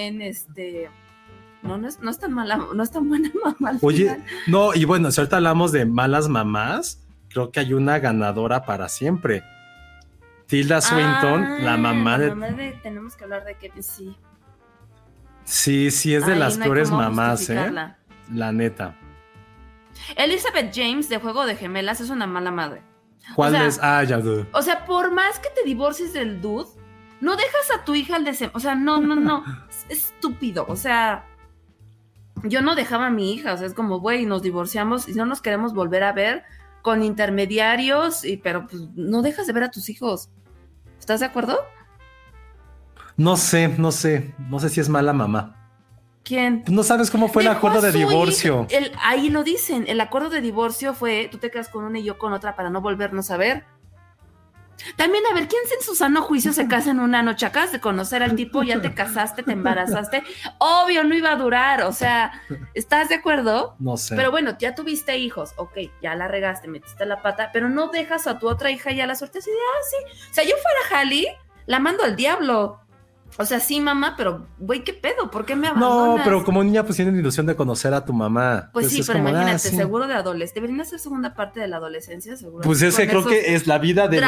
no es tan mala, no es tan buena mamá. Oye, final. no, y bueno, si ahorita hablamos de malas mamás, creo que hay una ganadora para siempre. Tilda Swinton, la mamá de... Tenemos que hablar de Kevin, sí. Sí, es de las no hay peores cómo mamás, justificarla. La neta. Elizabeth James de Juego de Gemelas es una mala madre. ¿Cuál o sea, es? Ah, ya. O sea, por más que te divorcies del dude, no dejas a tu hija al O sea, no. Es estúpido. O sea, yo no dejaba a mi hija. O sea, es como, güey, nos divorciamos y no nos queremos volver a ver con intermediarios, pero pues no dejas de ver a tus hijos. ¿Estás de acuerdo? No sé si es mala mamá. ¿Quién? No sabes cómo fue el acuerdo de divorcio. Ahí lo dicen, el acuerdo de divorcio fue, tú te quedas con una y yo con otra para no volvernos a ver. También, a ver, ¿quién en su sano juicio se casa en una noche? Acabas de conocer al tipo, ya te casaste, te embarazaste. Obvio, no iba a durar, o sea, ¿estás de acuerdo? No sé. Pero bueno, ya tuviste hijos, ok, ya la regaste, metiste la pata, pero no dejas a tu otra hija ya la suerte así de, sí. O sea, yo fuera Halle, la mando al diablo. O sea, sí, mamá, pero, güey, ¿qué pedo? ¿Por qué me abandonas? No, pero como niña, pues tienen la ilusión de conocer a tu mamá. Pues sí, pero como, imagínate, sí. seguro de adolescente. Deberían hacer segunda parte de la adolescencia, seguro. Pues es que creo que es la vida de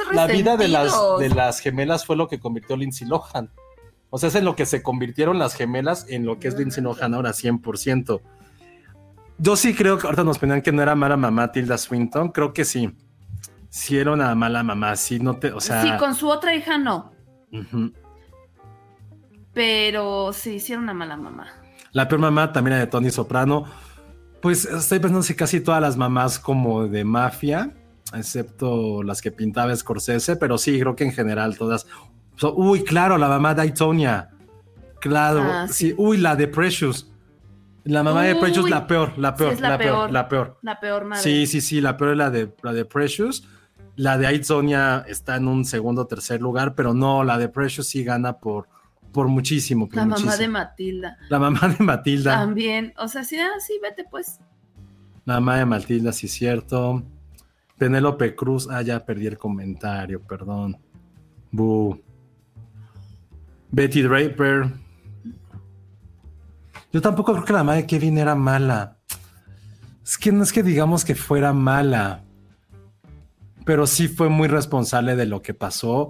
las gemelas fue lo que convirtió a Lindsay Lohan. O sea, es en lo que se convirtieron las gemelas en lo que es Lindsay Lohan ahora 100%. Yo sí creo que ahorita nos ponían que no era mala mamá Tilda Swinton. Creo que sí. Sí era una mala mamá. Sí, o sea... Sí, con su otra hija no. Uh-huh. Pero sí era una mala mamá. La peor mamá también era de Tony Soprano. Pues estoy pensando si casi todas las mamás como de mafia, excepto las que pintaba Scorsese, pero sí, creo que en general todas. Uy, claro, la mamá de Tonya. Claro, sí. Uy, la de Precious. La mamá de Precious, la peor. Sí, es la peor. La peor madre. Sí, la peor es la de Precious. La de Tonya está en un segundo o tercer lugar, pero no, la de Precious sí gana por muchísimo. La mamá de Matilda. La mamá de Matilda. También, o sea, sí, vete pues. La mamá de Matilda, sí, cierto. Penélope Cruz, ya perdí el comentario, perdón. Betty Draper. Yo tampoco creo que la mamá de Kevin era mala. Es que no es que digamos que fuera mala, pero sí fue muy responsable de lo que pasó.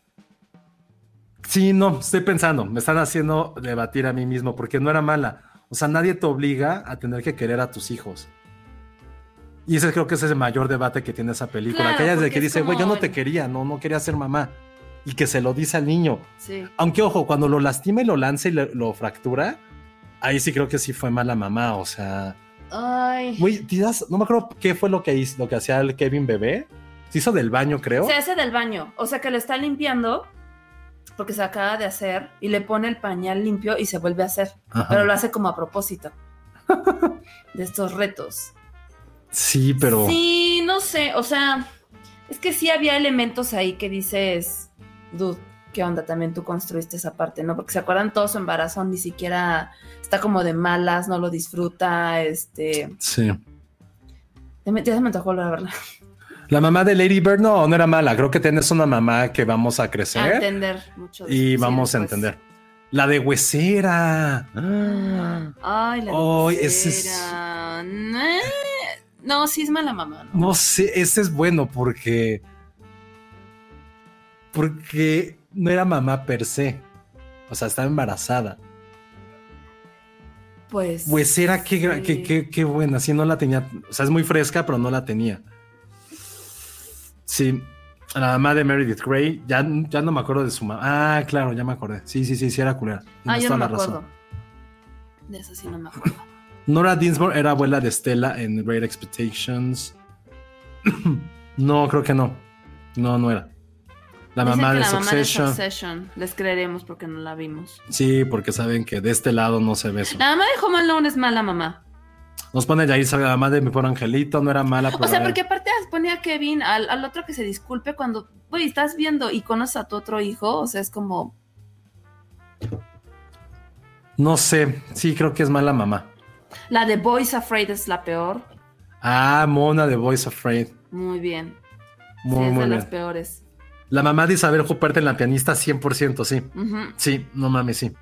Sí, no, estoy pensando, me están haciendo debatir a mí mismo, porque no era mala. O sea, nadie te obliga a tener que querer a tus hijos. Y ese creo que ese es el mayor debate que tiene esa película. Claro, aquella de que dice, como... güey, yo no te quería, no quería ser mamá. Y que se lo dice al niño. Sí. Aunque, ojo, cuando lo lastima y lo lanza y lo fractura, ahí sí creo que sí fue mala mamá, o sea... Ay. Güey, no me acuerdo qué fue lo que hacía el Kevin bebé. Se hizo del baño, creo. Se hace del baño, o sea que lo está limpiando porque se acaba de hacer y le pone el pañal limpio y se vuelve a hacer. Ajá. Pero lo hace como a propósito de estos retos. Sí, pero... Sí, no sé, o sea, es que sí había elementos ahí que dices, dude, ¿qué onda? También tú construiste esa parte, ¿no? Porque se acuerdan todo su embarazo, ni siquiera está como de malas, no lo disfruta, Sí. Ya se me antojó volver a verla. La mamá de Lady Bird no era mala. Creo que tienes una mamá que vamos a crecer. A entender mucho. Y vamos a entender. La de Huesera. Ay, la de Huesera. No, sí es mala mamá. No sé, ese es bueno porque no era mamá per se. O sea, estaba embarazada. Pues. Huesera, qué buena. Sí, no la tenía. O sea, es muy fresca, pero no la tenía. Sí. La mamá de Meredith Grey, ya no me acuerdo de su mamá. Ah, claro, ya me acordé. Sí, era culera. Yo no me acuerdo. De eso sí no me acuerdo. Nora Dinsmore era abuela de Stella en Great Expectations. No, creo que no. No era. La mamá de Succession. Les creeremos porque no la vimos. Sí, porque saben que de este lado no se ve eso. La mamá de Home Alone es mala mamá. Nos pone Yair, la mamá de mi pobre angelito, no era mala. O sea, porque aparte pone a Kevin, al otro que se disculpe cuando, güey, estás viendo y conoces a tu otro hijo, o sea, es como... No sé, sí, creo que es mala mamá. La de Boys Afraid es la peor. Ah, Mona de Boys Afraid. Muy bien. Muy de bien. Las peores. La mamá de Isabel Huppert en La pianista, 100%, sí. Uh-huh. Sí, no mames, sí.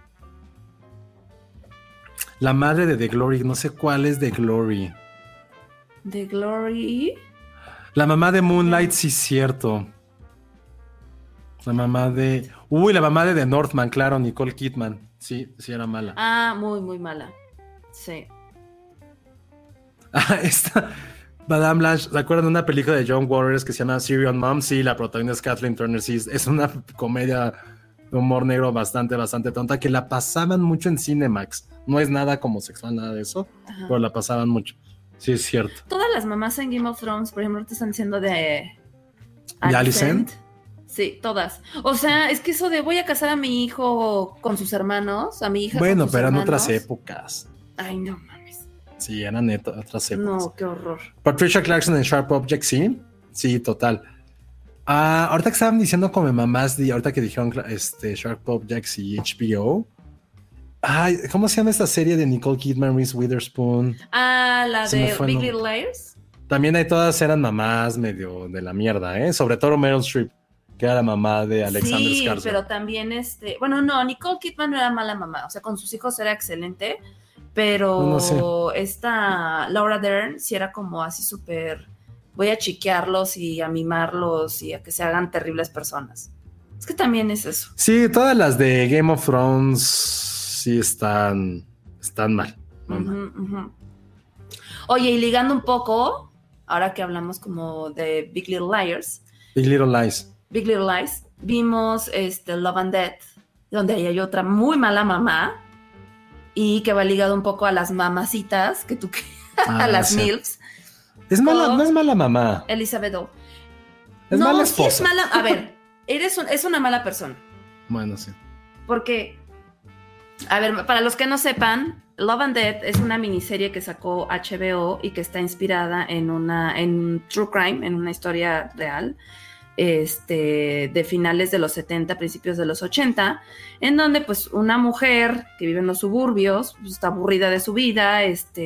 La madre de The Glory, no sé cuál es The Glory. ¿The Glory? La mamá de Moonlight, sí, cierto. La mamá de... la mamá de The Northman, claro, Nicole Kidman. Sí, era mala. Ah, muy, muy mala. Sí. Esta... Madame Blanche, ¿se acuerdan de una película de John Waters que se llama Syrian Mom? Sí, la protagonista es Kathleen Turner. Sí, es una comedia de humor negro bastante tonta que la pasaban mucho en Cinemax. No es nada como sexual, nada de eso, ajá, pero la pasaban mucho. Sí, es cierto. Todas las mamás en Game of Thrones, por ejemplo, te están diciendo de Alicent. Sí, todas. O sea, es que eso de voy a casar a mi hijo con sus hermanos, a mi hija bueno, con sus pero hermanos. En otras épocas. Ay, no mames. Sí, eran otras épocas. No, qué horror. Patricia Clarkson en Sharp Objects, sí. Sí, total. Ahorita que estaban diciendo como mamás, ahorita que dijeron Sharp Objects y HBO. Ay, ¿cómo se llama esta serie de Nicole Kidman, Reese Witherspoon? La de Big Little Liars. También ahí todas eran mamás medio de la mierda, ¿eh? Sobre todo Meryl Streep, que era la mamá de Alexander Skarsgård. Sí, pero también bueno, no, Nicole Kidman no era mala mamá, o sea, con sus hijos era excelente, pero no sé. Esta Laura Dern sí era como así súper, voy a chiquearlos y a mimarlos y a que se hagan terribles personas. Es que también es eso. Sí, todas las de Game of Thrones sí están mal. Uh-huh. Oye, y ligando un poco, ahora que hablamos como de Big Little Lies, vimos Love and Death, donde ahí hay otra muy mala mamá y que va ligado un poco a las mamacitas que tú a las sí. MILFs. No es mala mamá. Elizabeth O. Es no, mala esposa. Sí es mala. A ver, es una mala persona. Bueno, sí. Porque, a ver, para los que no sepan, Love and Death es una miniserie que sacó HBO y que está inspirada en True Crime, en una historia real, de finales de los 70, principios de los 80, en donde pues una mujer que vive en los suburbios, pues, está aburrida de su vida,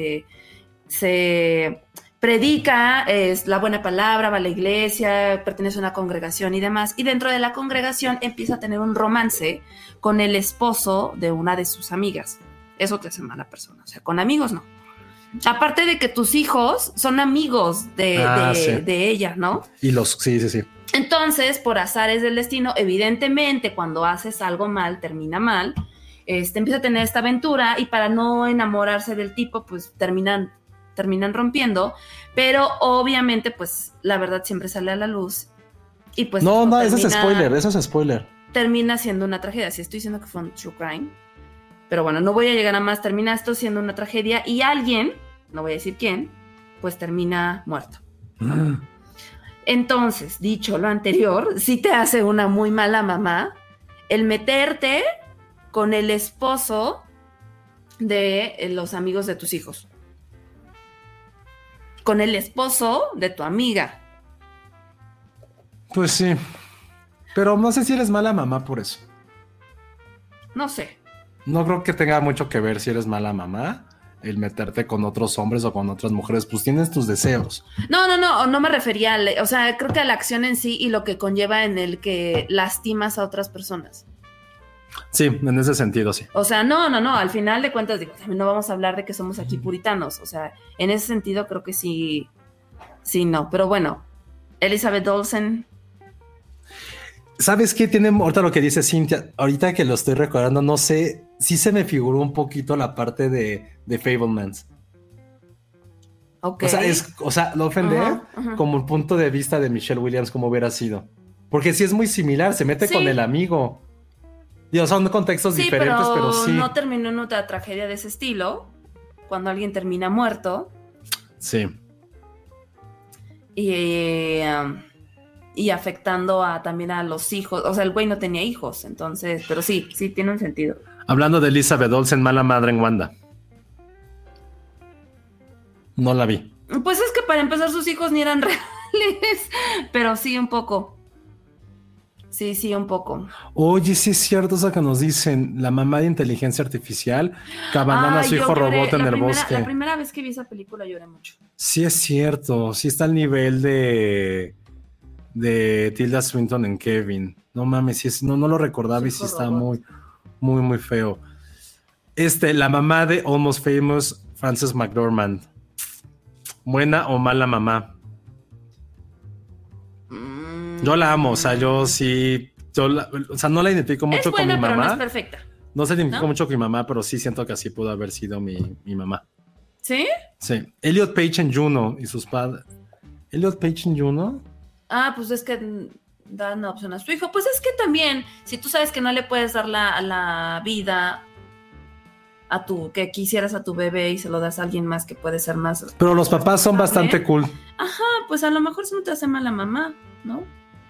se predica, es la buena palabra, va a la iglesia, pertenece a una congregación y demás, y dentro de la congregación empieza a tener un romance con el esposo de una de sus amigas. Eso te hace mala persona, o sea, con amigos no. Aparte de que tus hijos son amigos de ella, ¿no? Y sí. Entonces, por azares del destino, evidentemente, cuando haces algo mal, termina mal, empieza a tener esta aventura y para no enamorarse del tipo, pues terminan rompiendo, pero obviamente, pues, la verdad siempre sale a la luz y pues... No, eso es spoiler. Termina siendo una tragedia. Si estoy diciendo que fue un true crime, pero bueno, no voy a llegar a más, termina esto siendo una tragedia y alguien, no voy a decir quién, pues termina muerto. Entonces, dicho lo anterior, sí te hace una muy mala mamá el meterte con el esposo de los amigos de tus hijos. Con el esposo de tu amiga. Pues sí. Pero no sé si eres mala mamá por eso. No sé. No creo que tenga mucho que ver si eres mala mamá. el meterte con otros hombres o con otras mujeres, pues tienes tus deseos. No me refería o sea, creo que a la acción en sí y lo que conlleva en el que lastimas a otras personas. Sí, en ese sentido, sí. O sea, no, al final de cuentas, digo, también no vamos a hablar de que somos aquí puritanos, o sea, en ese sentido creo que sí, no, pero bueno, Elizabeth Olsen. ¿Sabes qué tiene ahorita lo que dice Cintia? Ahorita que lo estoy recordando, no sé, sí se me figuró un poquito la parte de Fabelmans. Okay. O sea, lo ofender como el punto de vista de Michelle Williams, como hubiera sido. Porque sí es muy similar, se mete con el amigo. Digo, son contextos diferentes, pero sí. No terminó en otra tragedia de ese estilo, cuando alguien termina muerto. Sí. Y afectando también a los hijos. O sea, el güey no tenía hijos, entonces, pero sí, tiene un sentido. Hablando de Elizabeth Olsen, mala madre en Wanda. No la vi. Pues es que para empezar sus hijos ni eran reales, pero sí un poco. Sí, un poco. Oye, sí es cierto eso que nos dicen, la mamá de inteligencia artificial que abandona a su hijo robot en el bosque. La primera vez que vi esa película lloré mucho. Sí es cierto, sí está al nivel de Tilda Swinton en Kevin. No mames, sí no lo recordaba y sí está muy, muy, muy feo. La mamá de Almost Famous, Frances McDormand. ¿Buena o mala mamá? Yo la amo, o sea, yo sí, o sea, no la identifico mucho con mi mamá. Pero no es perfecta. No se identifico mucho con mi mamá, pero sí siento que así pudo haber sido mi mamá. ¿Sí? Sí. Elliot Page en Juno y sus padres. ¿Elliot Page en Juno? Pues es que dan opción a su hijo. Pues es que también, si tú sabes que no le puedes dar la vida que quisieras a tu bebé y se lo das a alguien más que puede ser más. Pero los papás son bastante cool. Ajá, pues a lo mejor eso no te hace mal a mamá, ¿no?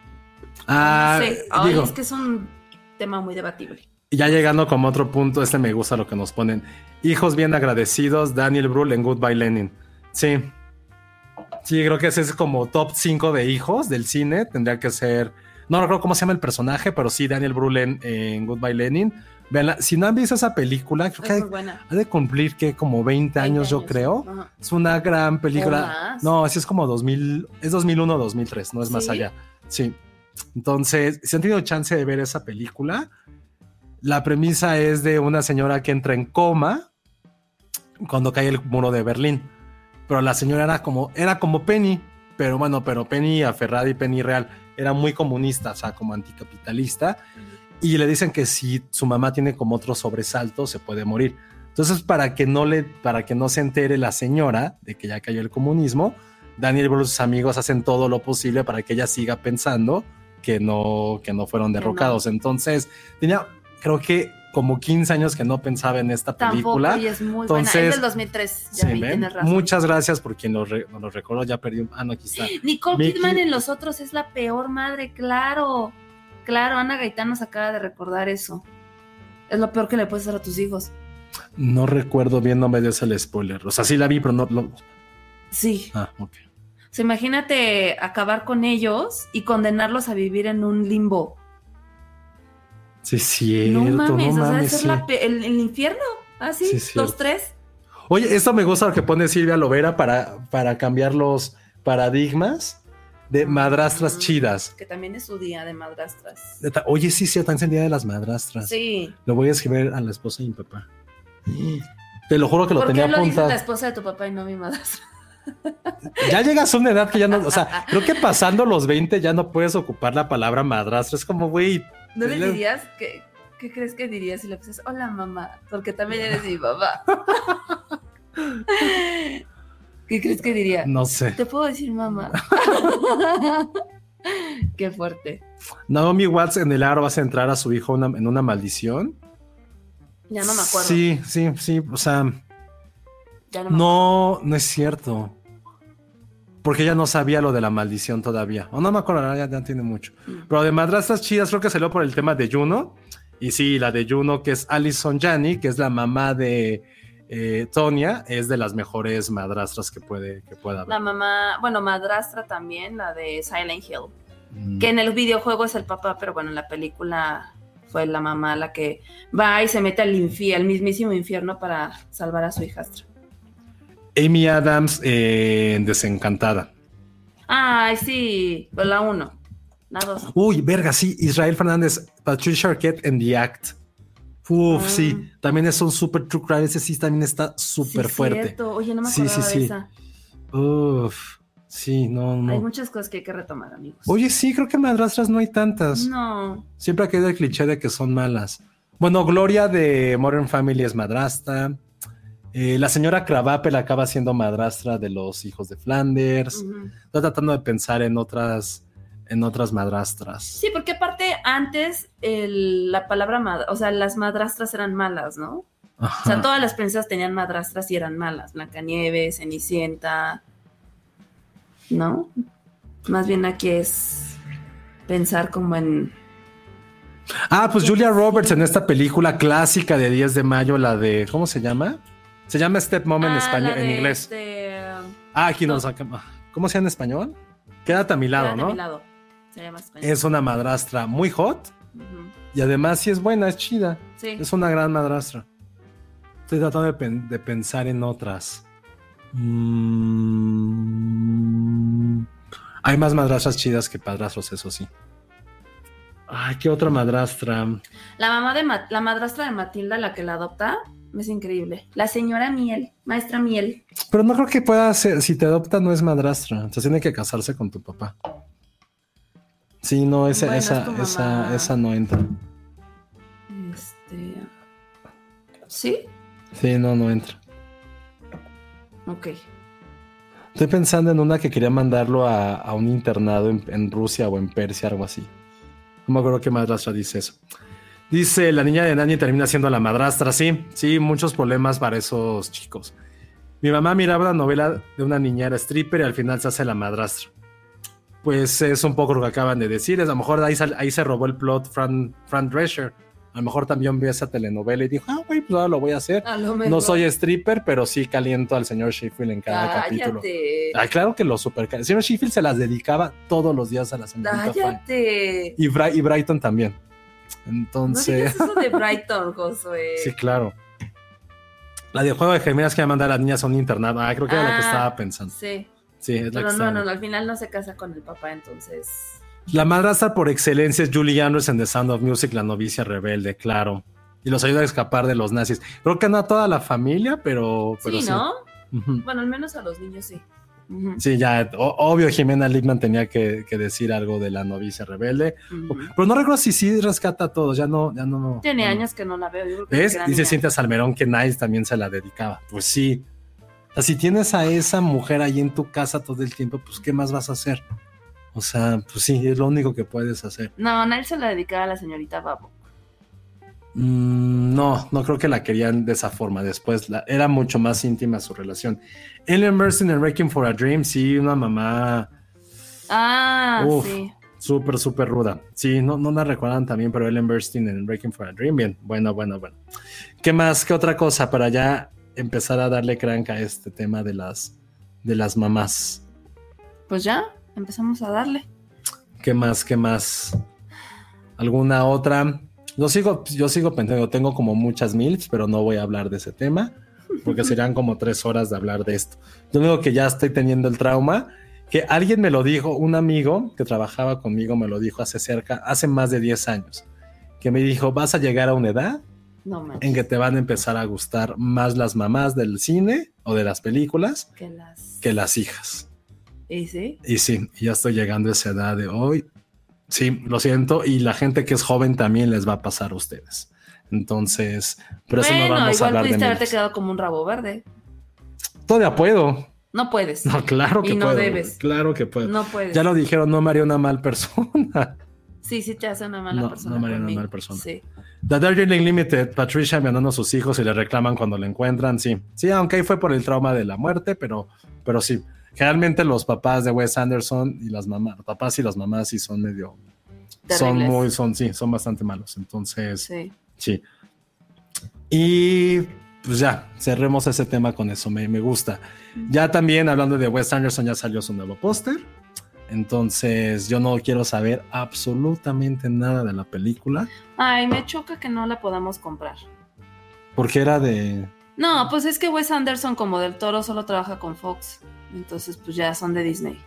No sé. Digo, es que es un tema muy debatible. Ya llegando como otro punto, me gusta lo que nos ponen. Hijos bien agradecidos, Daniel Brühl en Goodbye Lenin. Sí, creo que ese es como top 5 de hijos del cine. Tendría que ser, no recuerdo cómo se llama el personaje, pero sí, Daniel Brühl en Goodbye Lenin. Veanla. Si no han visto esa película, creo que ha de cumplir que como 20 años, yo creo. Ajá. Es una gran película. No, así es como 2000, es 2001, 2003, no es más allá. Sí. Entonces, si han tenido chance de ver esa película, la premisa es de una señora que entra en coma cuando cae el muro de Berlín. Pero la señora era como Penny, pero Penny aferrada y Penny real. Era muy comunista, o sea, como anticapitalista. Y le dicen que si su mamá tiene como otro sobresalto, se puede morir. Entonces, para que no se entere la señora de que ya cayó el comunismo, Daniel Brühl y sus amigos hacen todo lo posible para que ella siga pensando que no fueron derrocados. Entonces, tenía, creo que como 15 años que no pensaba en esta película. Tampoco, y es muy buena. Es del 2003, ya vi, tienes razón. Muchas gracias por quien nos lo recordó. Ya perdí no, aquí está. Nicole Kidman en Los Otros es la peor madre, claro, Ana Gaitán nos acaba de recordar eso. Es lo peor que le puedes hacer a tus hijos. No recuerdo bien, no me des el spoiler. O sea, sí la vi, pero no. Sí. Ok. O sea, imagínate acabar con ellos y condenarlos a vivir en un limbo. Sí, es cierto. No mames, o sea, es el infierno. Así, sí, los tres. Oye, esto me gusta lo que pone Silvia Lovera para cambiar los paradigmas de madrastras chidas. Que también es su día de madrastras. Oye, sí, está encendida de las madrastras. Sí. Lo voy a escribir a la esposa de mi papá. Te lo juro que lo tenía apuntado. ¿Por qué lo dices la esposa de tu papá y no mi madrastra? Ya llegas a una edad que ya no, o sea, creo que pasando los 20 ya no puedes ocupar la palabra madrastra. Es como, güey. ¿No le dirías? ¿Qué crees que dirías si le dices, hola mamá? Porque también eres mi mamá. ¿Qué crees que diría? No sé. ¿Te puedo decir mamá? Qué fuerte. Naomi Watts en El Aro va a centrar a su hijo en una maldición. Ya no me acuerdo. Sí, o sea. Ya no es cierto. Porque ella no sabía lo de la maldición todavía. O no me acuerdo, ya tiene mucho. Pero de madrastras chidas creo que salió por el tema de Juno. Y sí, la de Juno, que es Allison Janney, que es la mamá de Tonya, es de las mejores madrastras que pueda haber. La mamá, madrastra también, la de Silent Hill. Que en el videojuego es el papá, pero bueno, en la película fue la mamá la que va y se mete al mismísimo infierno para salvar a su hijastra. Amy Adams en Desencantada. Ay, sí, pues la 1, la 2. Uy, verga, sí, Israel Fernández, Patricia Arquette en The Act. Uf, sí, también es un super true crime, ese sí también está súper fuerte. Cierto. Oye, no me acordaba de esa. Uf, sí, no. Hay muchas cosas que hay que retomar, amigos. Oye, sí, creo que madrastras no hay tantas. No. Siempre ha quedado el cliché de que son malas. Bueno, Gloria de Modern Family es madrastra. La señora Krabappel acaba siendo madrastra de los hijos de Flanders. Estoy tratando de pensar en otras madrastras. Sí, porque aparte antes la palabra o sea, las madrastras eran malas, ¿no? Ajá. O sea, todas las princesas tenían madrastras y eran malas. Blancanieves, Cenicienta, ¿no? Más bien aquí es pensar como en... Pues Julia Roberts en esta película clásica de 10 de mayo, la de... ¿Cómo se llama? Se llama Stepmom en español, en inglés. Aquí nos sacamos. ¿Cómo se llama en español? Quédate a mi lado, Quédate ¿no? a mi lado. Se llama español. Es una madrastra muy hot. Y además sí es buena, es chida. Sí. Es una gran madrastra. Estoy tratando de pensar en otras. Hay más madrastras chidas que padrastros, eso sí. Ay, ¿qué otra madrastra? La madrastra de Matilda, la que la adopta, es increíble. La señora Miel, maestra Miel. Pero no creo que pueda ser, si te adopta no es madrastra, entonces tiene que casarse con tu papá. Sí, no, esa no entra. ¿Sí? Sí, no entra. Ok. Estoy pensando en una que quería mandarlo a un internado en Rusia o en Persia, algo así. No me acuerdo qué madrastra dice eso. Dice, la niña de Nanny termina siendo la madrastra. Sí, muchos problemas para esos chicos. Mi mamá miraba la novela de una niñera stripper y al final se hace la madrastra. Pues es un poco lo que acaban de decir. A lo mejor ahí se robó el plot Fran Drescher. A lo mejor también vio esa telenovela y dijo, güey, pues ahora lo voy a hacer. No soy stripper, pero sí caliento al señor Sheffield en cada capítulo. Ay, claro que lo super... El señor Sheffield se las dedicaba todos los días a la señorita Cállate. Y Brighton también. Entonces... No digas eso de Brighton, Josué. Sí, claro. La de Juego de Gemelas que va a mandar a las niñas a un internado. Creo que era la que estaba pensando. Sí. Sí, es la que estaba. No, al final no se casa con el papá, entonces... La madrastra por excelencia es Julie Andrews en The Sound of Music, la novicia rebelde, claro. Y los ayuda a escapar de los nazis. Creo que no a toda la familia, pero sí. ¿No? Bueno, al menos a los niños sí. Sí, ya, obvio, Jimena Lippman tenía que decir algo de la novicia rebelde. Pero no recuerdo si sí rescata a todos, ya no. Tiene años que no la veo. Yo creo que ¿ves? Dice Cintia Salmerón que Niles también se la dedicaba. Pues sí. O sea, si tienes a esa mujer ahí en tu casa todo el tiempo, pues ¿qué más vas a hacer? O sea, pues sí, es lo único que puedes hacer. No, Niles se la dedicaba a la señorita Babo. No creo que la querían de esa forma. Después era mucho más íntima su relación. Ellen Burstyn en Requiem for a Dream, sí, una mamá. Sí. Súper ruda. Sí, no la recuerdan también, pero Ellen Burstyn en Requiem for a Dream, bien. Bueno. ¿Qué más? ¿Qué otra cosa para ya empezar a darle crank a este tema de las mamás? Pues ya, empezamos a darle. ¿Qué más? ¿Alguna otra? Yo sigo pensando, tengo como muchas milfs, pero no voy a hablar de ese tema, porque serían como 3 horas de hablar de esto. Yo digo que ya estoy teniendo el trauma, que alguien me lo dijo, un amigo que trabajaba conmigo me lo dijo hace más de 10 años, que me dijo, vas a llegar a una edad en que te van a empezar a gustar más las mamás del cine o de las películas que las hijas. ¿Y sí? Y sí, ya estoy llegando a esa edad de hoy. Sí, lo siento, y la gente que es joven también les va a pasar a ustedes. Entonces, por eso no vamos a hablar de igual pudiste niños. haberte quedado como un rabo verde. Todavía puedo. No puedes. No, claro que y no puedo. debes. Claro que puedo. No puedes. Ya lo dijeron, no me haría una mal persona. Sí te hace una mala persona. No me haría una conmigo. mal persona. Sí. The Darjeeling Limited, Patricia abandonando a sus hijos y le reclaman cuando le encuentran. Sí, aunque ahí fue por el trauma de la muerte, pero sí. Generalmente los papás de Wes Anderson y las mamás, los papás y las mamás sí son medio... Terribles. Son bastante malos. Entonces, sí. Y pues ya, cerremos ese tema con eso, me gusta. Ya también, hablando de Wes Anderson, ya salió su nuevo póster. Entonces, yo no quiero saber absolutamente nada de la película. Ay, me choca que no la podamos comprar. Porque era de... No, pues es que Wes Anderson como del Toro solo trabaja con Fox. Entonces pues ya son de Disney.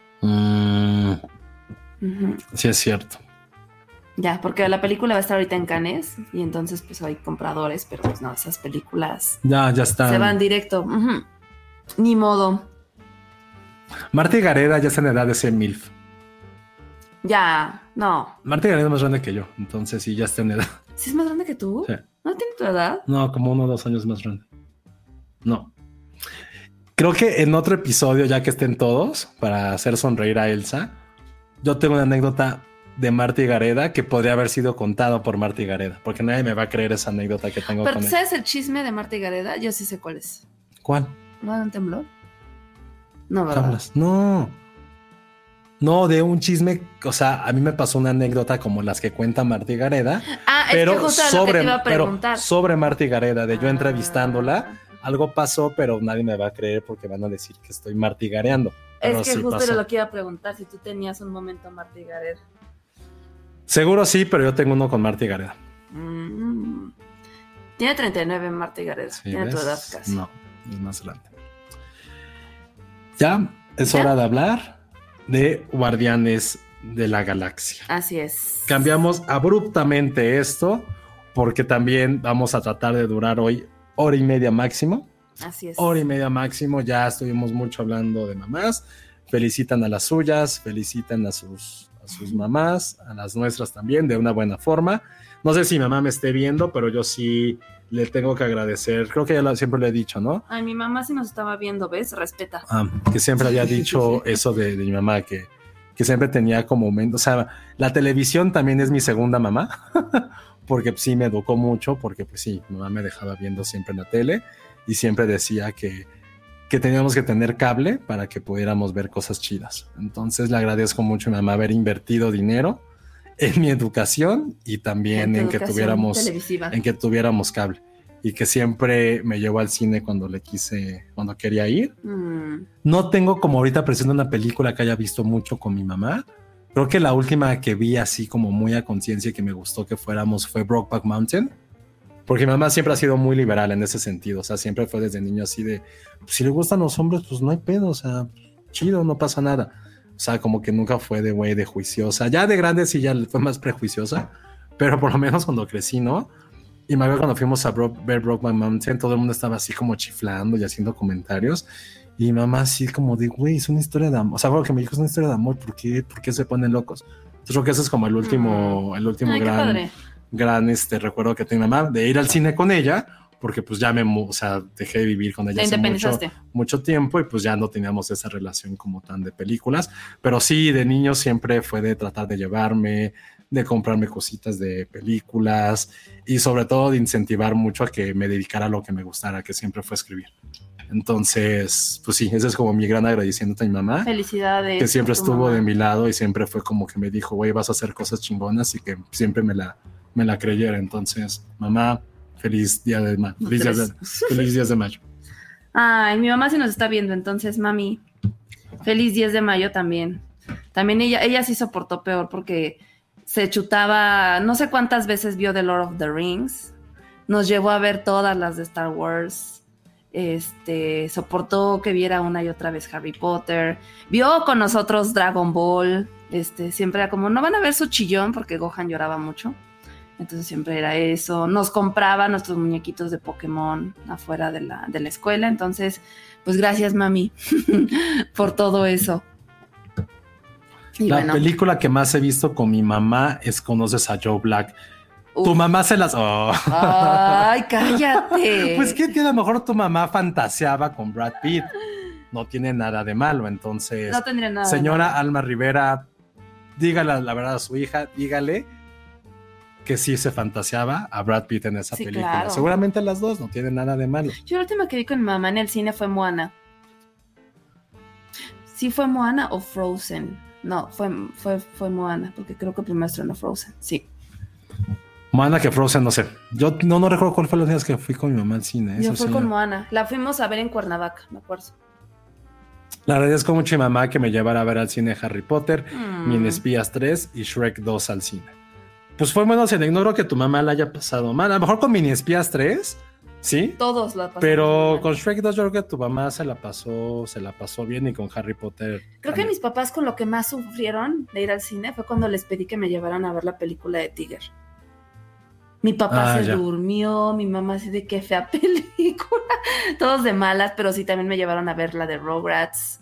Sí, es cierto. Ya, porque la película va a estar ahorita en Cannes y entonces pues hay compradores, pero pues no, esas películas Ya están. se van directo. Ni modo. Marta y Gareda ya está en edad de ser MILF. Ya, no. Marta y Gareda es más grande que yo, entonces sí, ya está en edad. ¿Sí es más grande que tú? Sí. ¿No tiene tu edad? No, como 1 o 2 años más grande. No. Creo que en otro episodio, ya que estén todos, para hacer sonreír a Elsa, yo tengo una anécdota de Marta y Gareda que podría haber sido contado por Marta y Gareda, porque nadie me va a creer esa anécdota que tengo Pero con ¿tú ella. sabes el chisme de Marta y Gareda? Yo sí sé cuál es. ¿Cuál? ¿No de un temblor? No, ¿Qué ¿verdad? hablas? No, de un chisme, o sea, a mí me pasó una anécdota como las que cuenta Marta y Gareda, Ah, pero es que justo lo que te iba a preguntar. sobre Marta y Gareda, de yo entrevistándola, Ah. algo pasó, pero nadie me va a creer porque van a decir que estoy martigareando. Es Pero que sí justo pasó. era lo que iba a preguntar, si tú tenías un momento Marta y Gareda. Seguro sí, pero yo tengo uno con Marta y Gareda. Tiene 39 Marta y Gareda. Sí, Tiene tu ¿ves? edad casi. No, es más grande. Ya es ¿Ya? hora de hablar de Guardianes de la Galaxia. Así es. Cambiamos abruptamente esto porque también vamos a tratar de durar hoy 1:30 máximo. Así es. 1:30 máximo. Ya estuvimos mucho hablando de mamás. Felicitan a las suyas, felicitan a sus mamás, a las nuestras también, de una buena forma. No sé si mamá me esté viendo, pero yo sí le tengo que agradecer. Creo que siempre lo he dicho, ¿no? Ay, mi mamá sí nos estaba viendo, ¿ves? Respeta. Que siempre había dicho eso de mi mamá, que siempre tenía como momento. O sea, la televisión también es mi segunda mamá, porque sí me educó mucho, porque pues sí, mi mamá me dejaba viendo siempre en la tele y siempre decía que teníamos que tener cable para que pudiéramos ver cosas chidas. Entonces le agradezco mucho a mi mamá haber invertido dinero en mi educación y también en que tuviéramos cable y que siempre me llevó al cine cuando quería ir. No tengo como ahorita presente una película que haya visto mucho con mi mamá. Creo que la última que vi así como muy a conciencia y que me gustó que fuéramos fue Brokeback Mountain. Porque mi mamá siempre ha sido muy liberal en ese sentido. O sea, siempre fue desde niño así de, pues, si le gustan los hombres, pues no hay pedo. O sea, chido, no pasa nada. O sea, como que nunca fue de güey de juiciosa. Ya de grande sí ya fue más prejuiciosa. Pero por lo menos cuando crecí, ¿no? Y me acuerdo cuando fuimos a ver Brokeback Mountain, todo el mundo estaba así como chiflando y haciendo comentarios. Y mi mamá así como de, güey, es una historia de amor. O sea, algo que me dijo, es una historia de amor. ¿Por qué se ponen locos? Entonces creo que ese es como el último Ay, gran recuerdo que tengo mamá de ir al cine con ella, porque pues ya dejé de vivir con ella hace mucho tiempo y pues ya no teníamos esa relación como tan de películas, pero sí de niño siempre fue de tratar de llevarme, de comprarme cositas de películas y sobre todo de incentivar mucho a que me dedicara a lo que me gustara, que siempre fue escribir. Entonces, pues sí, ese es como mi gran agradecimiento a mi mamá. Felicidades. Que siempre estuvo de mi lado y siempre fue como que me dijo, güey, vas a hacer cosas chingonas y que siempre me la creyera. Entonces, mamá, feliz día de mayo. Feliz días de mayo. Ay, mi mamá sí nos está viendo, entonces, mami, feliz 10 de mayo también. También ella sí soportó peor porque se chutaba, no sé cuántas veces vio The Lord of the Rings, nos llevó a ver todas las de Star Wars. Soportó que viera una y otra vez Harry Potter, vio con nosotros Dragon Ball, siempre era como, no van a ver su chillón porque Gohan lloraba mucho, entonces siempre era eso, nos compraba nuestros muñequitos de Pokémon afuera de la escuela, entonces pues gracias mami por todo eso. Y la película que más he visto con mi mamá es Conoces a Joe Black. Uf. Tu mamá se las... Oh. ¡Ay, cállate! Pues que a lo mejor tu mamá fantaseaba con Brad Pitt. No tiene nada de malo, entonces... No tendría nada señora de malo. Alma Rivera, dígale la verdad a su hija, dígale que sí se fantaseaba a Brad Pitt en esa película. Claro. Seguramente las dos, no tienen nada de malo. Yo la última que vi con mi mamá en el cine fue Moana. ¿Sí fue Moana o Frozen? No, fue Moana, porque creo que primero estrenó Frozen, sí. Moana que Frozen, no sé. Yo no recuerdo cuál fue los días que fui con mi mamá al cine. Yo fui con Moana. La fuimos a ver en Cuernavaca, me acuerdo. Le agradezco mucho a mi mamá que me llevara a ver al cine Harry Potter, Mini Espías 3 y Shrek 2 al cine. Pues fue bueno, no creo que tu mamá la haya pasado mal. A lo mejor con Mini Espías 3 ¿Sí? Todos la pasamos. Pero mal. con Shrek 2 yo creo que tu mamá se la pasó bien y con Harry Potter. Creo que también. mis papás con lo que más sufrieron de ir al cine fue cuando les pedí que me llevaran a ver la película de Tiger. Mi papá se ya. durmió, mi mamá así de qué fea película. Todos de malas, pero sí también me llevaron a ver la de Rugrats.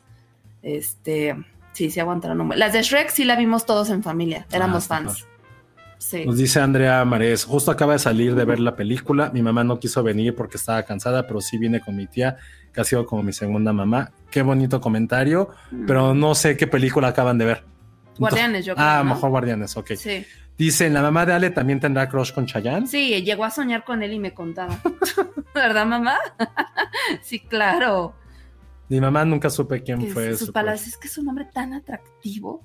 Sí aguantaron un buen. Las de Shrek sí la vimos todos en familia, éramos está fans. Sí. Nos dice Andrea Marés, justo acaba de salir de ver la película, mi mamá no quiso venir porque estaba cansada, pero sí vine con mi tía, que ha sido como mi segunda mamá. Qué bonito comentario, pero no sé qué película acaban de ver. Guardianes, yo creo, ¿no? Mejor Guardianes, ok. Sí. Dicen, ¿la mamá de Ale también tendrá crush con Chayanne? Sí, llegó a soñar con él y me contaba. ¿Verdad, mamá? Sí, claro. Mi mamá nunca supe quién Que fue. sus su palabras, crush. es que es un hombre tan atractivo.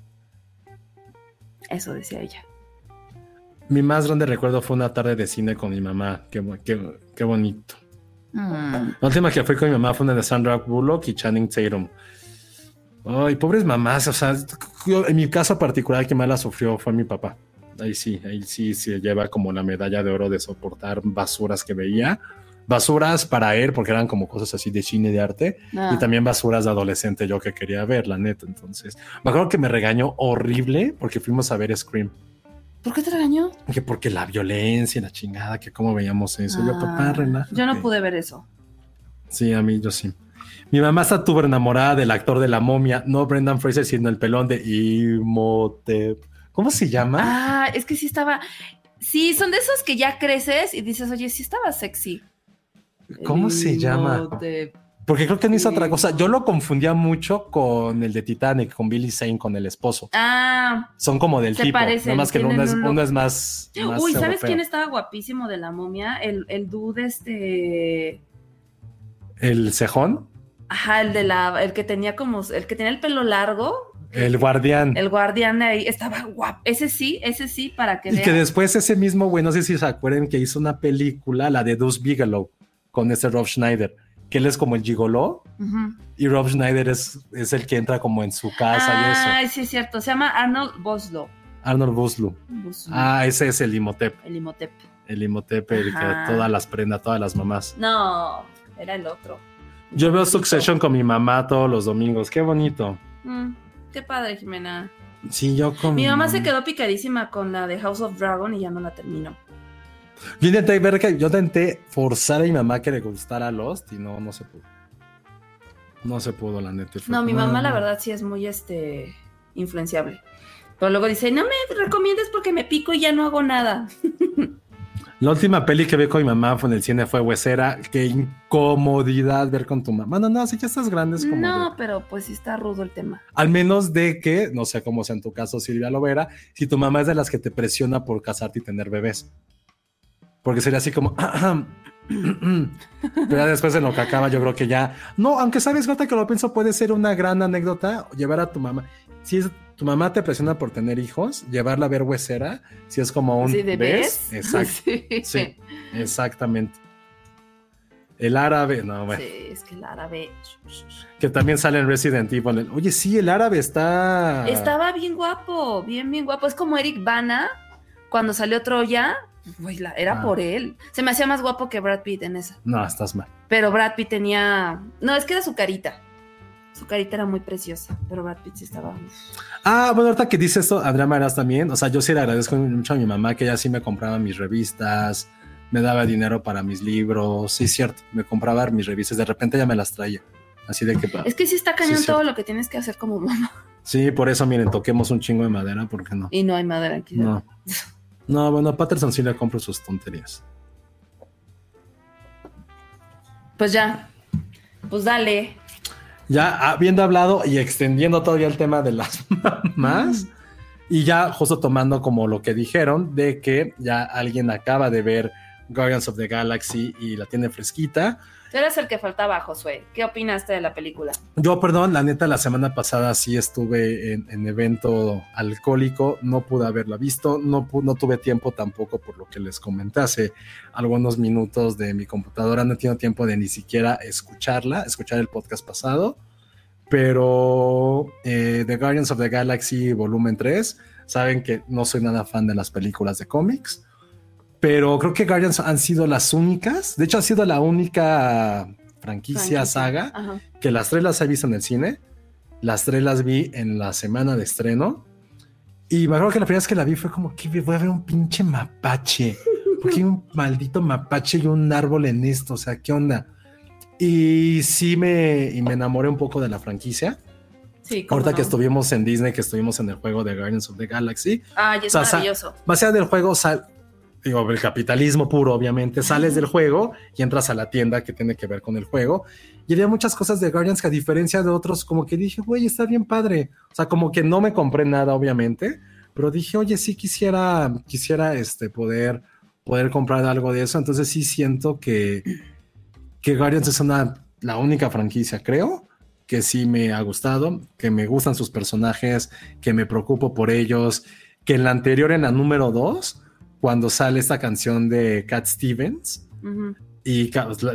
Eso decía ella. Mi más grande recuerdo fue una tarde de cine con mi mamá. Qué bonito. La última que fui con mi mamá fue una de Sandra Bullock y Channing Tatum. Ay, pobres mamás. O sea, en mi caso particular, quien más la sufrió fue mi papá. Ahí sí se lleva como la medalla de oro de soportar basuras que veía. Basuras para él, porque eran como cosas así de cine de arte. Y también basuras de adolescente yo que quería ver, la neta. Entonces, me acuerdo que me regañó horrible porque fuimos a ver Scream. ¿Por qué te regañó? Que porque la violencia y la chingada, que cómo veíamos eso. Yo, papá, relájate. Yo no pude ver eso. Sí, a mí, yo sí. Mi mamá está súper enamorada del actor de La Momia, no Brendan Fraser, sino el pelón de Imhotep. ¿Cómo se llama? Es que sí estaba. Sí, son de esos que ya creces y dices, oye, sí estaba sexy. ¿Cómo se llama? Porque creo que no hizo otra cosa. Yo lo confundía mucho con el de Titanic, con Billy Zane, con el esposo. Son como del se tipo. parecen, Nada más que tienen uno es más. Uy, ¿sabes europeo. quién estaba guapísimo de La Momia? El dude ¿El cejón? Ajá, el que tenía el pelo largo. El guardián. El guardián de ahí estaba guapo. Ese sí, para que Y que después ese mismo güey, no sé si se acuerdan que hizo una película, la de Deuce Bigelow, con ese Rob Schneider, que él es como el gigoló, y Rob Schneider es el que entra como en su casa y eso. Ay, sí es cierto, se llama Arnold Vosloo. Arnold Vosloo. Ese es el Imhotep. El Imhotep. El Imhotep, el que todas las prenda, todas las mamás. No, era el otro. Yo veo Succession con mi mamá todos los domingos, qué bonito. Qué padre, Jimena. Sí, yo con mi mamá se quedó picadísima con la de House of Dragon y ya no la terminó. Yo intenté forzar a mi mamá que le gustara Lost y no se pudo. No se pudo, la neta. No, mi mamá la verdad sí es muy influenciable. Pero luego dice, no me recomiendes porque me pico y ya no hago nada. La última peli que vi con mi mamá fue en el cine fue Huesera. Qué incomodidad ver con tu mamá. No, si ya estás grande es como... No, pero pues sí está rudo el tema. Al menos de que, no sé cómo sea en tu caso, Silvia Lovera, si tu mamá es de las que te presiona por casarte y tener bebés. Porque sería así como... Pero ya después en lo que acaba yo creo que ya... No, aunque sabes, Gota, que lo pienso, puede ser una gran anécdota llevar a tu mamá. Si tu mamá te presiona por tener hijos, llevarla a ver Huesera, si es como un... ¿Sí, de ¿ves? Exacto. Sí, exactamente. El árabe, no, bueno. Sí, es que el árabe... Que también sale en Resident Evil. Oye, sí, el árabe está... Estaba bien guapo, bien guapo. Es como Eric Bana, cuando salió Troya... Güey, era por él. Se me hacía más guapo que Brad Pitt en esa. No, estás mal. Pero Brad Pitt tenía... No, es que era su carita. Su carita era muy preciosa, pero Brad Pitt sí estaba... Bueno, ahorita que dice esto, Andrea Maras también. O sea, yo sí le agradezco mucho a mi mamá, que ella sí me compraba mis revistas, me daba dinero para mis libros. Sí, cierto, me compraba mis revistas. De repente ella me las traía. Así de que... Es que sí está cañón sí, todo lo que tienes que hacer como mamá. Sí, por eso, miren, toquemos un chingo de madera, ¿por qué no? Y no hay madera aquí. No, bueno, a Patterson sí le compro sus tonterías. Pues ya. Pues dale. Ya habiendo hablado y extendiendo todavía el tema de las mamás, y ya justo tomando como lo que dijeron, de que ya alguien acaba de ver Guardians of the Galaxy y la tiene fresquita. Tú eres el que faltaba, Josué. ¿Qué opinaste de la película? Yo, perdón, la neta, la semana pasada sí estuve en evento alcohólico, no pude haberla visto, no tuve tiempo tampoco, por lo que les comenté hace algunos minutos de mi computadora, no he tenido tiempo de ni siquiera escuchar el podcast pasado, pero The Guardians of the Galaxy Volumen 3, saben que no soy nada fan de las películas de cómics, Pero creo que Guardians han sido las únicas. De hecho, ha sido la única franquicia. Saga, ajá, que las 3 las he visto en el cine. Las 3 las vi en la semana de estreno. Y me acuerdo que la primera vez que la vi fue como que voy a ver un pinche mapache. Porque hay un maldito mapache y un árbol en esto. O sea, ¿qué onda? Y sí me enamoré un poco de la franquicia. Sí, ahorita no, que estuvimos en Disney, que estuvimos en el juego de Guardians of the Galaxy. Ah, y es maravilloso. Más allá del juego, digo, el capitalismo puro, obviamente, sales del juego y entras a la tienda que tiene que ver con el juego. Y había muchas cosas de Guardians que, a diferencia de otros, como que dije, güey, está bien padre. O sea, como que no me compré nada, obviamente, pero dije, oye, sí quisiera poder comprar algo de eso. Entonces sí siento que Guardians es la única franquicia, creo, que sí me ha gustado, que me gustan sus personajes, que me preocupo por ellos, que en la anterior, en la número 2, cuando sale esta canción de Cat Stevens, uh-huh, y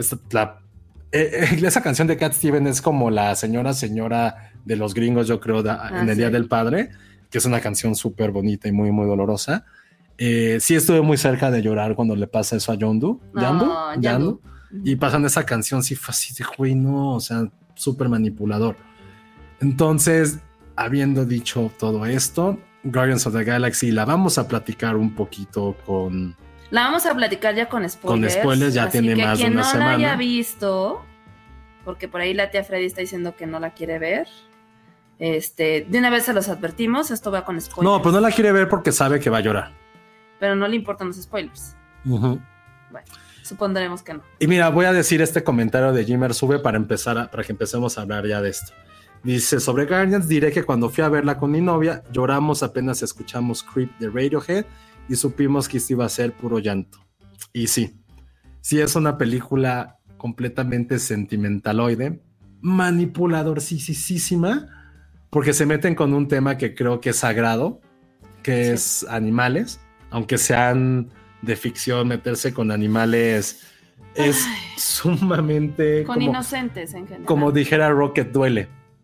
esa canción de Cat Stevens es como la señora de los gringos, yo creo, en el Día del Padre, que es una canción súper bonita y muy, muy dolorosa. Sí estuve muy cerca de llorar cuando le pasa eso a Yondu. Yondu. Y pasando esa canción, sí fue así de, güey, no, o sea, súper manipulador. Entonces, habiendo dicho todo esto, Guardians of the Galaxy la vamos a platicar un poquito La vamos a platicar ya con spoilers. Con spoilers, ya tiene más de una semana. Quien no la haya visto, porque por ahí la tía Freddy está diciendo que no la quiere ver, de una vez se los advertimos, esto va con spoilers. No, pues no la quiere ver porque sabe que va a llorar. Pero no le importan los spoilers. Uh-huh. Bueno, supondremos que no. Y mira, voy a decir este comentario de Jimmer Sube para que empecemos a hablar ya de esto. Dice, sobre Guardians diré que cuando fui a verla con mi novia, lloramos apenas escuchamos Creep de Radiohead y supimos que esto iba a ser puro llanto. Y sí es una película completamente sentimentaloide, manipuladorcísima, porque se meten con un tema que creo que es sagrado, que es animales, aunque sean de ficción, meterse con animales es sumamente... Con inocentes en general. Como dijera Rocket duele.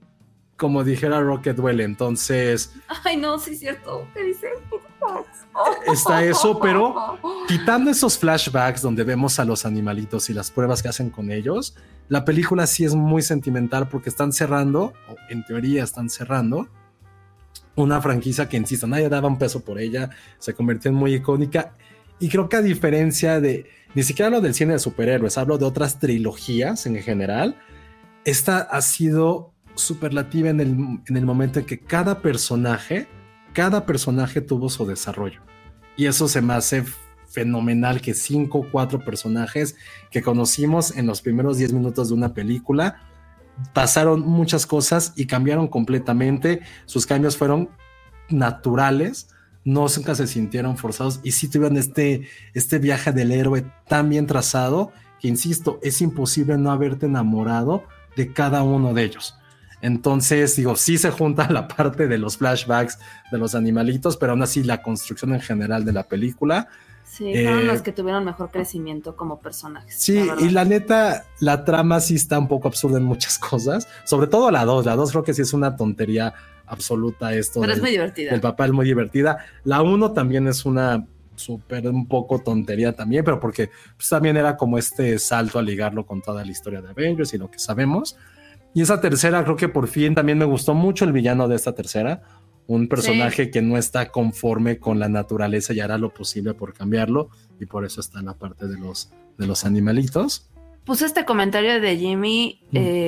Entonces... Ay, no, sí es cierto. ¿Qué dice? Está eso, pero quitando esos flashbacks donde vemos a los animalitos y las pruebas que hacen con ellos, la película sí es muy sentimental porque están cerrando, o en teoría están cerrando, una franquicia que, insisto, nadie daba un peso por ella, se convirtió en muy icónica. Y creo que, a diferencia de, ni siquiera hablo del cine de superhéroes, hablo de otras trilogías en general, esta ha sido superlativa en el momento en que cada personaje tuvo su desarrollo. Y eso se me hace fenomenal, que 5 o 4 personajes que conocimos en los primeros 10 minutos de una película pasaron muchas cosas y cambiaron completamente. Sus cambios fueron naturales, nunca se sintieron forzados y sí tuvieron este viaje del héroe tan bien trazado que, insisto, es imposible no haberte enamorado de cada uno de ellos. Entonces, digo, sí se junta la parte de los flashbacks de los animalitos, pero aún así la construcción en general de la película. Sí, fueron los que tuvieron mejor crecimiento como personajes. Sí, y la neta, la trama sí está un poco absurda en muchas cosas, sobre todo la 2. La 2 creo que sí es una tontería absoluta esto. Pero es muy divertida. El papá es muy divertida. La 1 también es una un poco tontería también, pero porque pues, también era como este salto a ligarlo con toda la historia de Avengers y lo que sabemos. Y esa tercera creo que por fin también me gustó mucho el villano de esta tercera, un personaje que no está conforme con la naturaleza y hará lo posible por cambiarlo, y por eso está en la parte de los animalitos. Puse este comentario de Jimmy